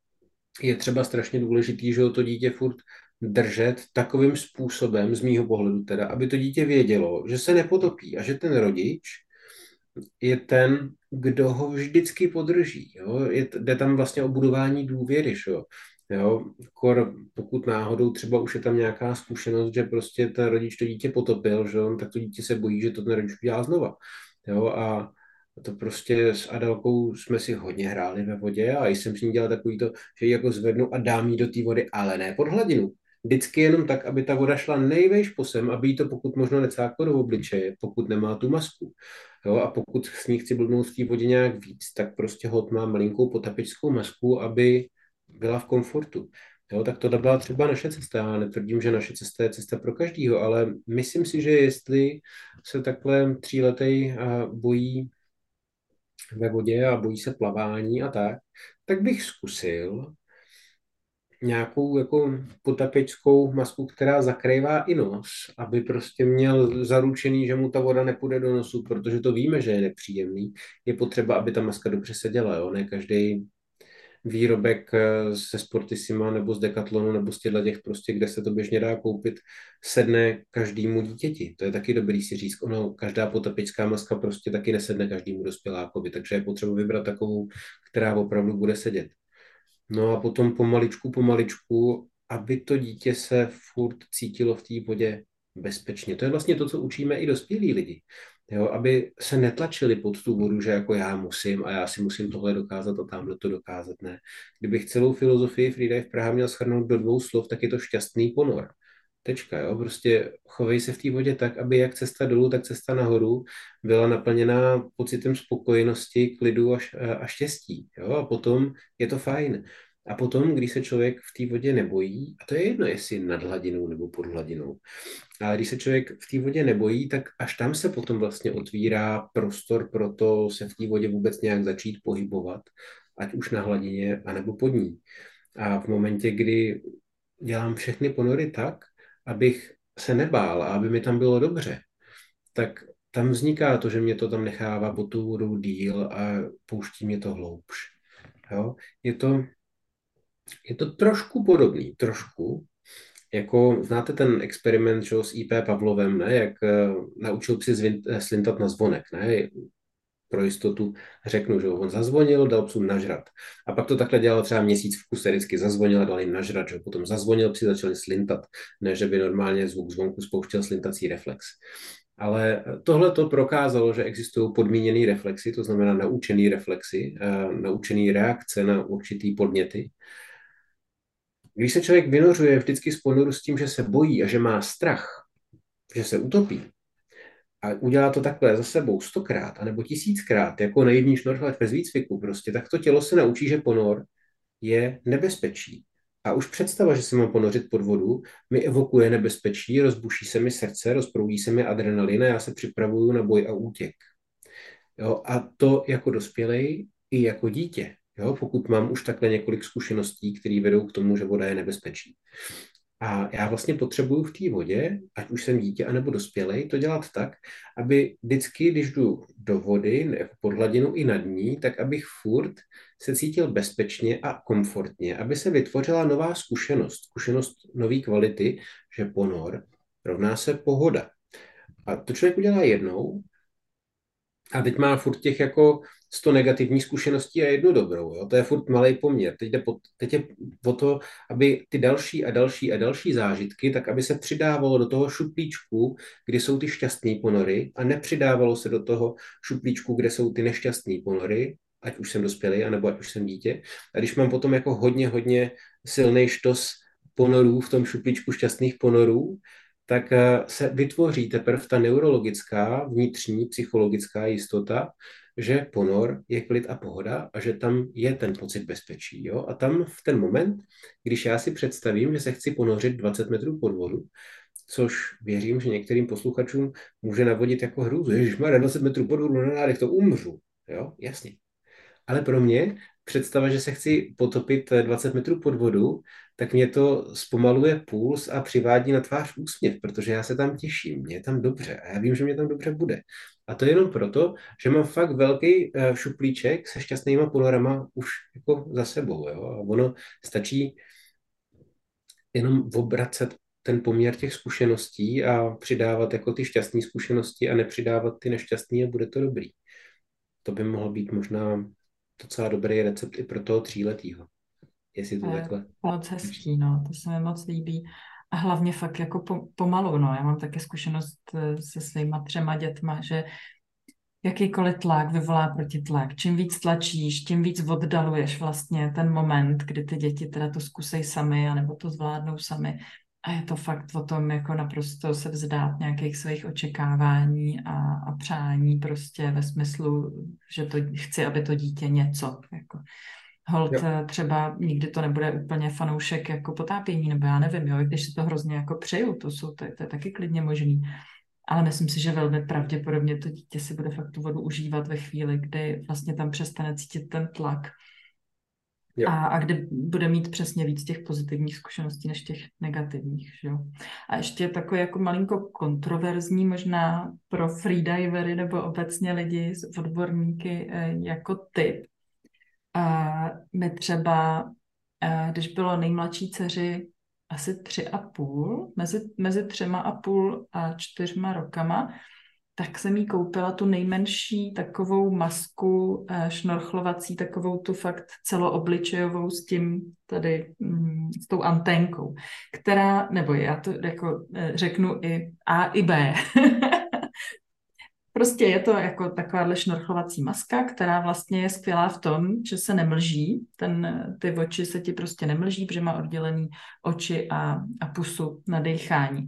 je třeba strašně důležitý, že to dítě furt držet takovým způsobem, z mýho pohledu teda, aby to dítě vědělo, že se nepotopí a že ten rodič je ten, kdo ho vždycky podrží. Jo? Jde tam vlastně o budování důvěry. Jo? Pokud náhodou třeba už je tam nějaká zkušenost, že prostě ten rodič to dítě potopil, že jo? Tak to dítě se bojí, že to ten rodič udělá znova. Jo? A to prostě s Adelkou jsme si hodně hráli ve vodě a jsem s ní dělal takový to, že ji jako zvednu a dám jí do té vody, ale ne pod hladinu. Vždycky jenom tak, aby ta voda šla nejvejš po sem, aby jí to pokud možno necáklo do obličeje, pokud nemá tu masku. Jo, a pokud s ní chci blbnout v té vodě nějak víc, tak prostě hod má malinkou potapičskou masku, aby byla v komfortu. Jo, tak tohle byla třeba naše cesta. Já netvrdím, že naše cesta je cesta pro každýho, ale myslím si, že jestli se takhle 3letý bojí ve vodě a bojí se plavání a tak bych zkusil nějakou jako potapěčskou masku, která zakrývá i nos, aby prostě měl zaručený, že mu ta voda nepůjde do nosu, protože to víme, že je nepříjemný. Je potřeba, aby ta maska dobře seděla, jo? Ne každý výrobek se Sportissima nebo z Decathlonu nebo z těch prostě, kde se to běžně dá koupit, sedne každému dítěti. To je taky dobrý si říct. Ono, každá potapická maska prostě taky nesedne každému dospělákovi, takže je potřeba vybrat takovou, která opravdu bude sedět. No a potom pomaličku aby to dítě se furt cítilo v té vodě bezpečně. To je vlastně to, co učíme i dospělí lidi. Jo, aby se netlačili pod tu vodu, že jako já musím a já si musím tohle dokázat a tamhle to dokázat. Ne. Kdybych celou filozofii Freedive Praha měl shrnout do 2 slov, tak je to šťastný ponor. Tečka, jo, prostě chovej se v té vodě tak, aby jak cesta dolů, tak cesta nahoru byla naplněná pocitem spokojenosti, klidu a štěstí, jo, a potom je to fajn. A potom, když se člověk v té vodě nebojí, a to je jedno, jestli nad hladinou nebo pod hladinou, ale když se člověk v té vodě nebojí, tak až tam se potom vlastně otvírá prostor pro to se v té vodě vůbec nějak začít pohybovat, ať už na hladině, anebo pod ní. A v momentě, kdy dělám všechny ponory tak, abych se nebál a aby mi tam bylo dobře, tak tam vzniká to, že mě to tam nechává pod tu vodou díl a pouští mě to hloubš. Jo? Je to trošku podobný, trošku, jako znáte ten experiment čo, s IP Pavlovem, ne? Jak naučil psi slintat na zvonek, ne? Pro jistotu řeknu, že on zazvonil, dal psům nažrat. A pak to takhle dělal třeba měsíc v kuse, vždycky zazvonil a dal jim nažrat, že? Potom zazvonil, psi začali slintat, ne, že by normálně zvuk zvonku spouštěl slintací reflex. Ale tohle to prokázalo, že existují podmíněné reflexy, to znamená naučené reflexy, naučené reakce na určitý podněty. Když se člověk vynořuje vždycky z ponoru s tím, že se bojí a že má strach, že se utopí, a udělá to takhle za sebou 100krát anebo 1000krát, jako naivní šnorchlec bez výcviku, prostě, tak to tělo se naučí, že ponor je nebezpečí. A už představa, že se mám ponořit pod vodu, mi evokuje nebezpečí, rozbuší se mi srdce, rozproudí se mi adrenalin a já se připravuju na boj a útěk. Jo? A to jako dospělej i jako dítě. Jo? Pokud mám už takhle několik zkušeností, které vedou k tomu, že voda je nebezpečí. A já vlastně potřebuju v té vodě, ať už jsem dítě anebo dospělej, to dělat tak, aby vždycky, když jdu do vody, pod hladinu i nad ní, tak abych furt se cítil bezpečně a komfortně, aby se vytvořila nová zkušenost nové kvality, že ponor rovná se pohoda. A to člověk udělá jednou a teď má furt těch jako 100 negativních zkušeností a jednu dobrou. Jo? To je furt malý poměr. Teď je o to, aby ty další a další a další zážitky, tak aby se přidávalo do toho šuplíčku, kde jsou ty šťastné ponory a nepřidávalo se do toho šuplíčku, kde jsou ty nešťastné ponory, ať už jsem dospělý, anebo ať už jsem dítě. A když mám potom jako hodně silný štos ponorů v tom šuplíčku šťastných ponorů, tak se vytvoří teprve ta neurologická, vnitřní, psychologická jistota, že ponor je klid a pohoda a že tam je ten pocit bezpečí. Jo? A tam v ten moment, když já si představím, že se chci ponořit 20 metrů pod vodu, což věřím, že některým posluchačům může navodit jako hrůzu. Ježišmarja, 20 metrů pod vodu, na nádech, to umřu. Jo? Jasně. Ale pro mě představa, že se chci potopit 20 metrů pod vodu, tak mě to zpomaluje puls a přivádí na tvář úsměv, protože já se tam těším, mě je tam dobře a já vím, že mě tam dobře bude. A to jenom proto, že mám fakt velký šuplíček se šťastnýma ponorama už jako za sebou. Jo? A ono stačí jenom obracet ten poměr těch zkušeností a přidávat jako ty šťastné zkušenosti a nepřidávat ty nešťastné a bude to dobrý. To by mohlo být možná docela dobrý recept i pro toho 3letýho. Jestli to takhle. Moc hezký, no, to se mi moc líbí. A hlavně fakt jako pomalu, no. Já mám také zkušenost se svýma 3 dětma, že jakýkoliv tlak vyvolá protitlak. Čím víc tlačíš, tím víc oddaluješ vlastně ten moment, kdy ty děti teda to zkusej sami, anebo to zvládnou sami. A je to fakt o tom, jako naprosto se vzdát nějakých svých očekávání a přání prostě ve smyslu, že to chci, aby to dítě něco, jako holt třeba nikdy to nebude úplně fanoušek jako potápění, nebo já nevím, jo, když si to hrozně jako přeju, to je taky klidně možný. Ale myslím si, že velmi pravděpodobně to dítě si bude fakt tu vodu užívat ve chvíli, kdy vlastně tam přestane cítit ten tlak. A kdy bude mít přesně víc těch pozitivních zkušeností než těch negativních. Že? A ještě takový jako malinko kontroverzní možná pro freedivery nebo obecně lidi, odborníky jako tip. My třeba, když bylo nejmladší dceři asi 3,5, mezi 3,5 a 4 rokama, tak jsem jí koupila tu nejmenší takovou masku šnorchlovací, takovou tu fakt celoobličejovou s tím tady, s tou anténkou, která, nebo já to jako řeknu i A i B. Prostě je to jako takováhle šnorchlovací maska, která vlastně je skvělá v tom, že se nemlží. Ty oči se ti prostě nemlží, protože má oddělený oči a pusu na dýchání.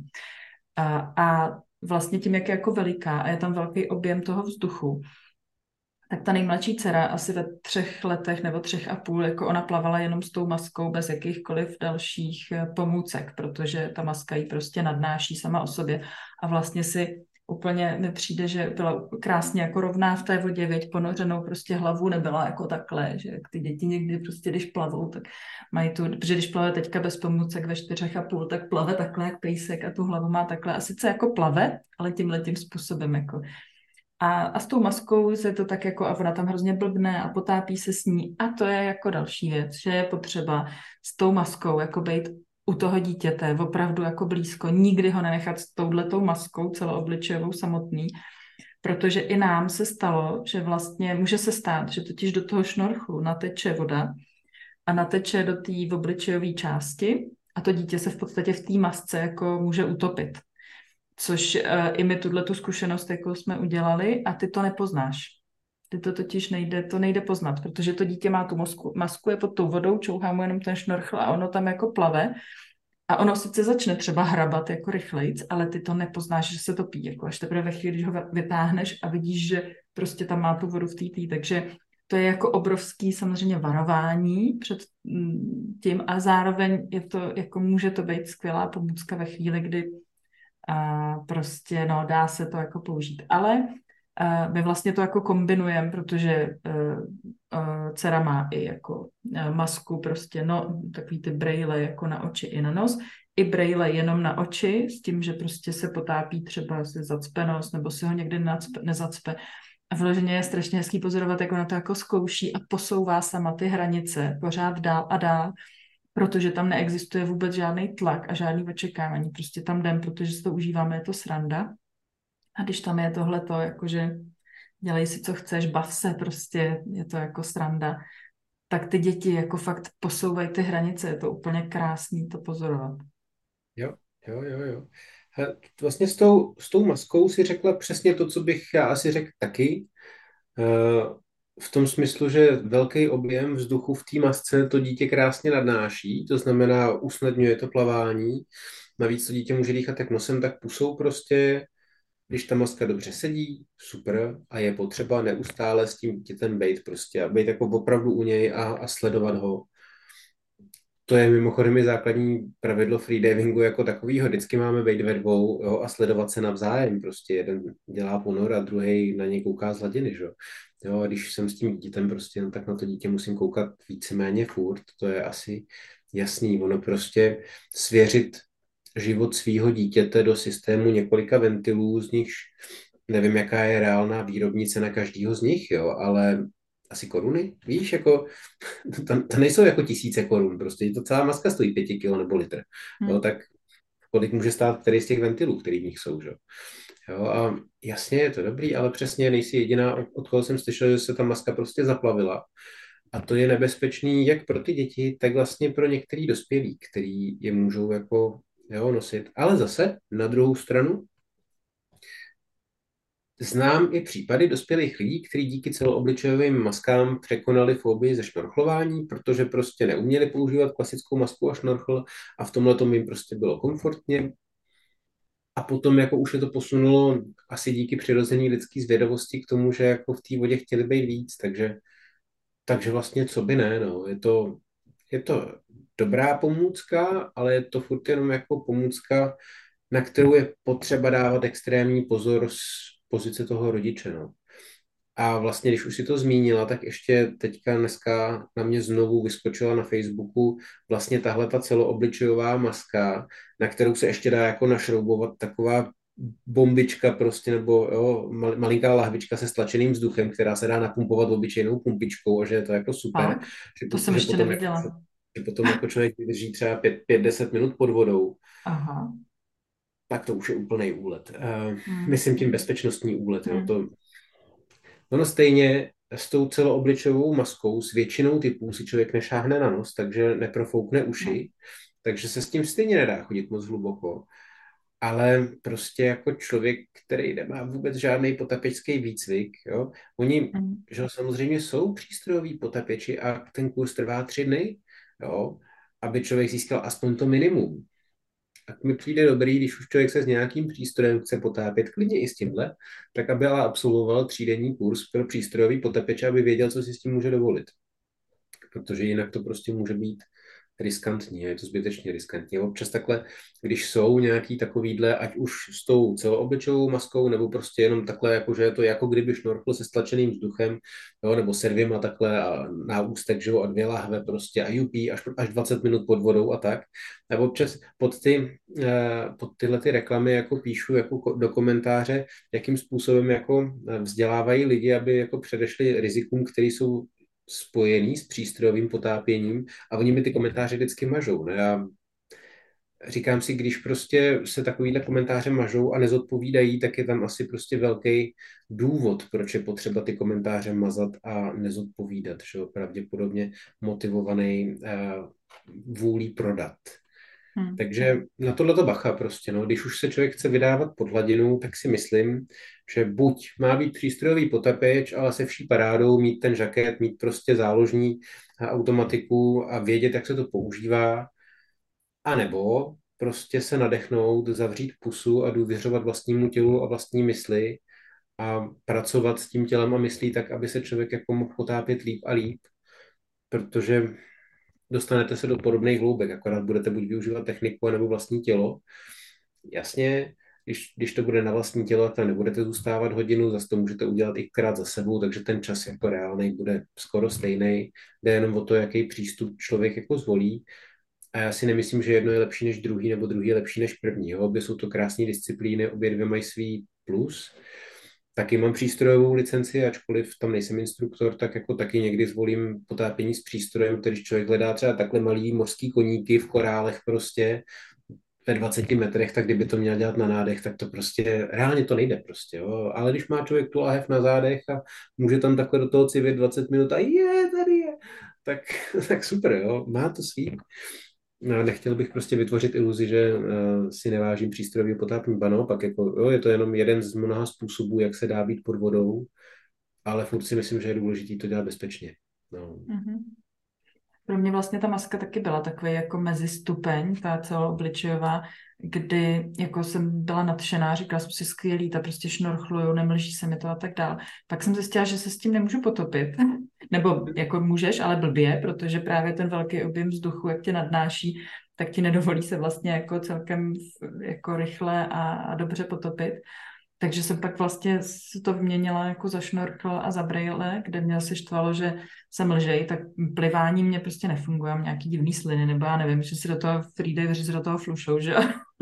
A vlastně tím, jak je jako veliká a je tam velký objem toho vzduchu, tak ta nejmladší dcera asi ve 3 letech nebo 3,5, jako ona plavala jenom s tou maskou bez jakýchkoliv dalších pomůcek, protože ta maska ji prostě nadnáší sama o sobě a vlastně si úplně mi přijde, že byla krásně jako rovná v té vodě, věď ponořenou prostě hlavu nebyla jako takhle, že jak ty děti někdy prostě, když plavou, tak mají tu, protože když plave teďka bez pomůcek ve 4,5, tak plave takhle jak pejsek a tu hlavu má takhle a sice jako plave, ale tímhletím způsobem jako. A s tou maskou se to tak jako, a ona tam hrozně blbne a potápí se s ní. A to je jako další věc, že je potřeba s tou maskou jako být u toho dítěte opravdu jako blízko. Nikdy ho nenechat s touhletou maskou celoobličejovou samotný, protože i nám se stalo, že vlastně může se stát, že totiž do toho šnorchu nateče voda a nateče do té obličejové části a to dítě se v podstatě v té masce jako může utopit. Což i my tu zkušenost jako jsme udělali a ty to nepoznáš. Ty to totiž nejde poznat, protože to dítě má tu masku, je pod tou vodou, čouhá mu jenom ten šnorchl a ono tam jako plave a ono sice začne třeba hrabat jako rychlejc, ale ty to nepoznáš, že se topí, jako až teprve ve chvíli, když ho vytáhneš a vidíš, že prostě tam má tu vodu v té. Takže to je jako obrovský samozřejmě varování před tím a zároveň je to, jako může to být skvělá pomůcka ve chvíli, kdy a prostě, no, dá se to jako použít. Ale my vlastně to jako kombinujeme, protože dcera má i jako masku prostě, no, takový ty brejle jako na oči i na nos, i brejle jenom na oči, s tím, že prostě se potápí třeba se zacpe nos, nebo si ho někdy nezacpe. A vyloženě je strašně hezký pozorovat, jak ona to jako zkouší a posouvá sama ty hranice pořád dál a dál, protože tam neexistuje vůbec žádný tlak a žádný očekávání. Prostě tam jdem, protože si to užíváme, je to sranda. A když tam je tohleto, jakože dělej si, co chceš, bav se, prostě je to jako sranda, tak ty děti jako fakt posouvají ty hranice. Je to úplně krásný to pozorovat. Jo, jo, jo, jo. Vlastně s tou maskou si řekla přesně to, co bych já asi řekl taky. V tom smyslu, že velký objem vzduchu v té masce to dítě krásně nadnáší, to znamená usnadňuje to plavání. Navíc to dítě může dýchat jak nosem, tak pusou prostě. Když ta maska dobře sedí, super, a je potřeba neustále s tím dítětem být prostě a být jako opravdu u něj a sledovat ho. To je mimochodem i základní pravidlo freedivingu jako takovýho. Vždycky máme být ve dvou, jo, a sledovat se navzájem. Prostě jeden dělá ponor a druhý na něj kouká z hladiny, že? Jo, a když jsem s tím dítětem prostě, no, tak na to dítě musím koukat víceméně furt. To je asi jasný. Ono prostě svěřit život svého dítěte do systému několika ventilů, z nichž nevím, jaká je reálná výrobní cena každého z nich, jo, ale asi koruny, víš, jako to nejsou jako tisíce korun, prostě to celá maska stojí 5 kg nebo litr, jo, tak kolik může stát který z těch ventilů, který v nich jsou, že? Jo, a jasně je to dobrý, ale přesně nejsi jediná, od koho jsem slyšel, že se ta maska prostě zaplavila. A to je nebezpečný jak pro ty děti, tak vlastně pro některý dospělí, který je můžou jako, jo, nosit. Ale zase na druhou stranu znám i případy dospělých lidí, kteří díky celoobličejovým maskám překonali fobii ze šnorchlování, protože prostě neuměli používat klasickou masku a šnorchl a v tomhle tom jim prostě bylo komfortně. A potom jako už je to posunulo asi díky přirozené lidské zvědavosti k tomu, že jako v té vodě chtěli být víc, takže vlastně co by ne, no. Je to dobrá pomůcka, ale je to furt jenom jako pomůcka, na kterou je potřeba dávat extrémní pozor z pozice toho rodiče, no. A vlastně, když už si to zmínila, tak ještě teďka dneska na mě znovu vyskočila na Facebooku vlastně tahle ta celoobličejová maska, na kterou se ještě dá jako našroubovat taková bombička prostě, nebo jo, malinká lahvička se stlačeným vzduchem, která se dá napumpovat obyčejnou pumpičkou a že je to jako super. Fakt? To jsem ještě potom neviděla. že potom jako člověk vydrží třeba 5-10 minut pod vodou. Aha. tak to už je úplný úlet. Hmm. Myslím tím bezpečnostní úlet. Jo. Hmm. Ono stejně s tou celoobličejovou maskou s většinou typů si člověk nešáhne na nos, takže neprofoukne No. uši, takže se s tím stejně nedá chodit moc hluboko. Ale prostě jako člověk, který nemá vůbec žádný potapěčský výcvik, jo, oni, Hmm. že jo, samozřejmě jsou přístrojoví potapěči a ten kurz trvá 3 dny, jo, aby člověk získal aspoň to minimum. Tak mi přijde dobrý, když už člověk se s nějakým přístrojem chce potápět, klidně i s tímhle, tak aby ale absolvoval 3denní kurz pro přístrojový potapeče, aby věděl, co si s tím může dovolit. Protože jinak to prostě může být riskantní, je to zbytečně riskantní. Občas takhle, když jsou nějaký takovýhle, ať už s tou celoobličovou maskou, nebo prostě jenom takhle, jako že je to jako kdyby šnorchl se stlačeným vzduchem, jo, nebo se 2 takhle a na ústek, že jo, a 2 lahve prostě a jupí až 20 minut pod vodou a tak. A občas pod tyhle ty reklamy jako píšu jako do komentáře, jakým způsobem jako vzdělávají lidi, aby jako předešli rizikům, které jsou spojený s přístrojovým potápěním a oni mi ty komentáře vždycky mažou. Ne? Já říkám si, když prostě se takovýhle komentáře mažou a nezodpovídají, tak je tam asi prostě velký důvod, proč je potřeba ty komentáře mazat a nezodpovídat. Že? Pravděpodobně motivovaný vůlí prodat. Hmm. Takže na tohle to bacha prostě, no. Když už se člověk chce vydávat pod hladinu, tak si myslím, že buď má být přístrojový potapeč, ale se vší parádou mít ten žaket, mít prostě záložní automatiku a vědět, jak se to používá, anebo prostě se nadechnout, zavřít pusu a důvěřovat vlastnímu tělu a vlastní mysli a pracovat s tím tělem a myslí tak, aby se člověk jako mohl potápět líp a líp, protože dostanete se do podobných hloubek, akorát budete buď využívat techniku, nebo vlastní tělo. Jasně, když to bude na vlastní tělo, tak nebudete zůstávat hodinu, zase to můžete udělat xkrát za sebou, takže ten čas jako reálný bude skoro stejný. Jde jenom o to, jaký přístup člověk jako zvolí. A já si nemyslím, že jedno je lepší než druhý, nebo druhý je lepší než první. Jo? Obě jsou to krásné disciplíny, obě dvě mají svý plus. Taky mám přístrojovou licenci, ačkoliv tam nejsem instruktor, tak jako taky někdy zvolím potápění s přístrojem, který člověk hledá třeba takhle malý mořský koníky v korálech prostě ve 20 metrech, tak kdyby to měl dělat na nádech, tak to prostě, reálně to nejde prostě, jo. Ale když má člověk tu lahev na zádech a může tam takhle do toho civit 20 minut a tady je, tak, tak super, jo, má to svý. No, nechtěl bych prostě vytvořit iluzi, že si nevážím přístrojový potápění, ba naopak, jako, jo, je to jenom jeden z mnoha způsobů, jak se dá být pod vodou, ale furt si myslím, že je důležité to dělat bezpečně. No. Mhm. Pro mě vlastně ta maska taky byla takový jako mezistupeň, ta celoobličejová, kdy jako jsem byla nadšená, říkala jsem si skvělý, ta prostě šnorchluju, nemlží se mi to a tak dál. Pak jsem zjistila, že se s tím nemůžu potopit. Nebo jako můžeš, ale blbě, protože právě ten velký objem vzduchu, jak tě nadnáší, tak ti nedovolí se vlastně jako celkem jako rychle a dobře potopit. Takže jsem pak vlastně si to vyměnila jako za šnorkl a za brejle, kde mě se štvalo, že se mlžej, tak plivání mě prostě nefunguje, mám nějaký divný sliny, nebo já nevím, že si do toho freediveři se do toho flušou, že jo?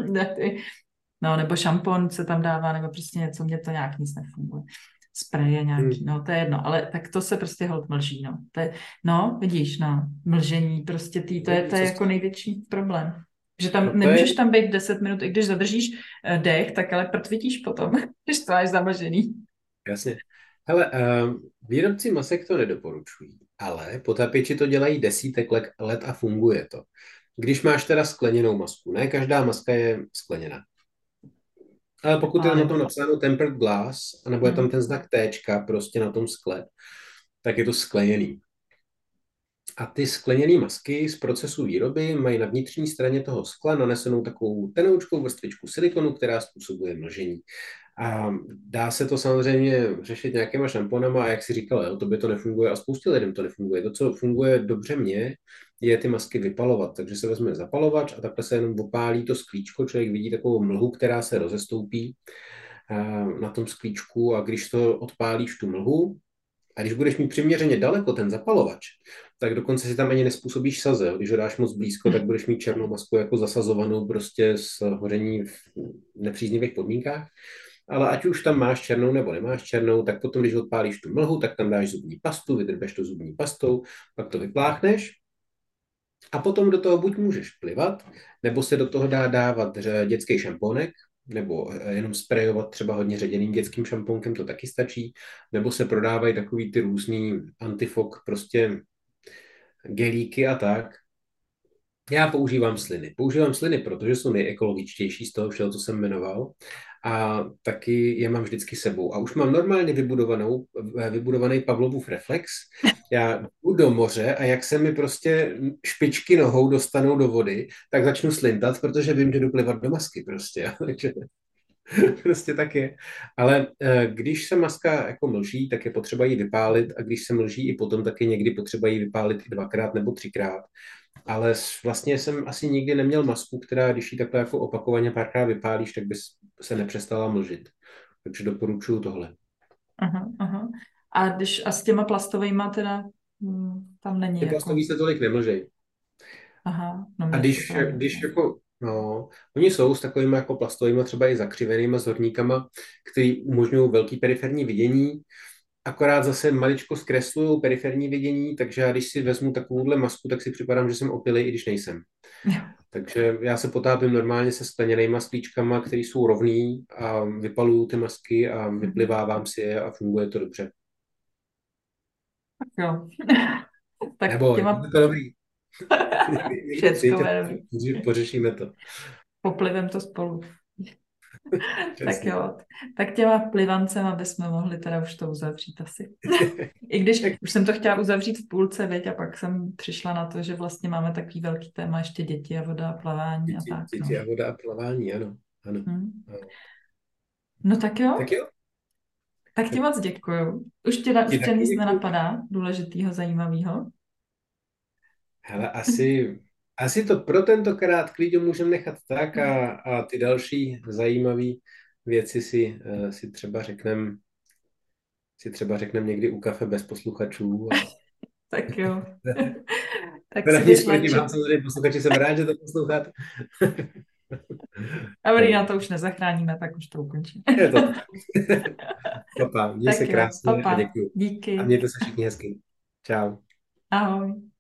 No, nebo šampon se tam dává, nebo prostě něco, mě to nějak nic nefunguje. Spreje nějaký, no, to je jedno, ale tak to se prostě holt mlží, no. To je, no, vidíš, no, mlžení, prostě to je jako největší problém. Že tam No to je nemůžeš tam být 10 minut, i když zadržíš dech, tak ale prtvitíš potom, když to máš zamlžený. jasně. Hele, výrobci masek to nedoporučují, ale potápěči to dělají desítek let a funguje to. Když máš teda skleněnou masku, ne každá maska je skleněná. Ale pokud je na tom Fajn. napsáno tempered glass, anebo je tam Hmm. ten znak T prostě na tom skle, tak je to skleněný. A ty skleněné masky z procesu výroby mají na vnitřní straně toho skla nanesenou takovou tenoučkou vrstvičku silikonu, která způsobuje mlžení. A dá se to samozřejmě řešit nějakýma šamponama a jak si říkal, jo, to by to nefunguje a spoustě lidem to nefunguje. To, co funguje dobře mně, je ty masky vypalovat. Takže se vezme zapalovač a takhle se jenom opálí to sklíčko, člověk vidí takovou mlhu, která se rozestoupí na tom sklíčku a když to odpálíš tu mlhu, a když budeš mít přiměřeně daleko ten zapalovač, tak dokonce si tam ani nespůsobíš saze. Když ho dáš moc blízko, tak budeš mít černou masku jako zasazovanou prostě z hoření v nepříznivých podmínkách. Ale ať už tam máš černou nebo nemáš černou, tak potom, když odpálíš tu mlhu, tak tam dáš zubní pastu, vydrbeš to zubní pastou, pak to vypláchneš a potom do toho buď můžeš plivat, nebo se do toho dá dávat dětský šampónek, nebo jenom sprejovat třeba hodně ředěným dětským šamponkem, to taky stačí, nebo se prodávají takový ty různý antifok, prostě gelíky a tak. Já používám sliny. Používám sliny, protože jsou nejekologičtější z toho všeho, co jsem jmenoval. A taky je mám vždycky sebou. A už mám normálně vybudovaný Pavlovův reflex. Já jdu do moře a jak se mi prostě špičky nohou dostanou do vody, tak začnu slintat, protože vím, že jdu plivat do masky prostě. Takže prostě tak je. Ale když se maska jako mlží, tak je potřeba ji vypálit a když se mlží i potom, tak je někdy potřeba ji vypálit i 2x nebo 3x. Ale vlastně jsem asi nikdy neměl masku, která, když ji takhle jako opakovaně párkrát vypálíš, tak by se nepřestala mlžit. Takže doporučuju tohle. Aha, aha. A s těma plastovými teda tam není Ty jako... plastový se tolik nemlžej. Aha, no A mě připadá, když no. jako, no, oni jsou s takovými jako plastovými, třeba i zakřivenými zorníkama, který umožňují velký periferní vidění, akorát zase maličko zkreslují periferní vidění, takže já když si vezmu takovouhle masku, tak si připadám, že jsem opilý, i když nejsem. Takže já se potápím normálně se skleněnýma sklíčkama, které jsou rovný a vypaluju ty masky a vyplivávám si je a funguje to dobře. Tak jo. Tak Nebo je těma to dobrý. Někdy všecko přijď a bude dobrý. pořešíme to. Poplivem to spolu. Tak Přesně. jo, tak těma plivancema bychom mohli teda už to uzavřít asi. I když už jsem to chtěla uzavřít v půlce, věď, a pak jsem přišla na to, že vlastně máme takový velký téma ještě děti a voda a plavání a tak, no. Děti a voda a plavání, ano. Ano. Hm. Ano. No tak jo, Tak jo. tak ti moc děkuju. Ti Už tě taky nic děkuji. nenapadá důležitýho, zajímavého? Hele, asi to pro tentokrát klidně můžeme nechat tak a ty další zajímavé věci si třeba řekneme někdy u kafe bez posluchačů. Tak jo. Tak Teda si nic běž proti léčit. vám, samozřejmě posluchači, jsem rád, že to posloucháte. Dobrý, na No, to už nezachráníme, tak už to ukončím. je to tak. Papa, měj se Tak jo, krásně a papa, děkuji. A díky, mějte se všichni hezky. Čau. ahoj.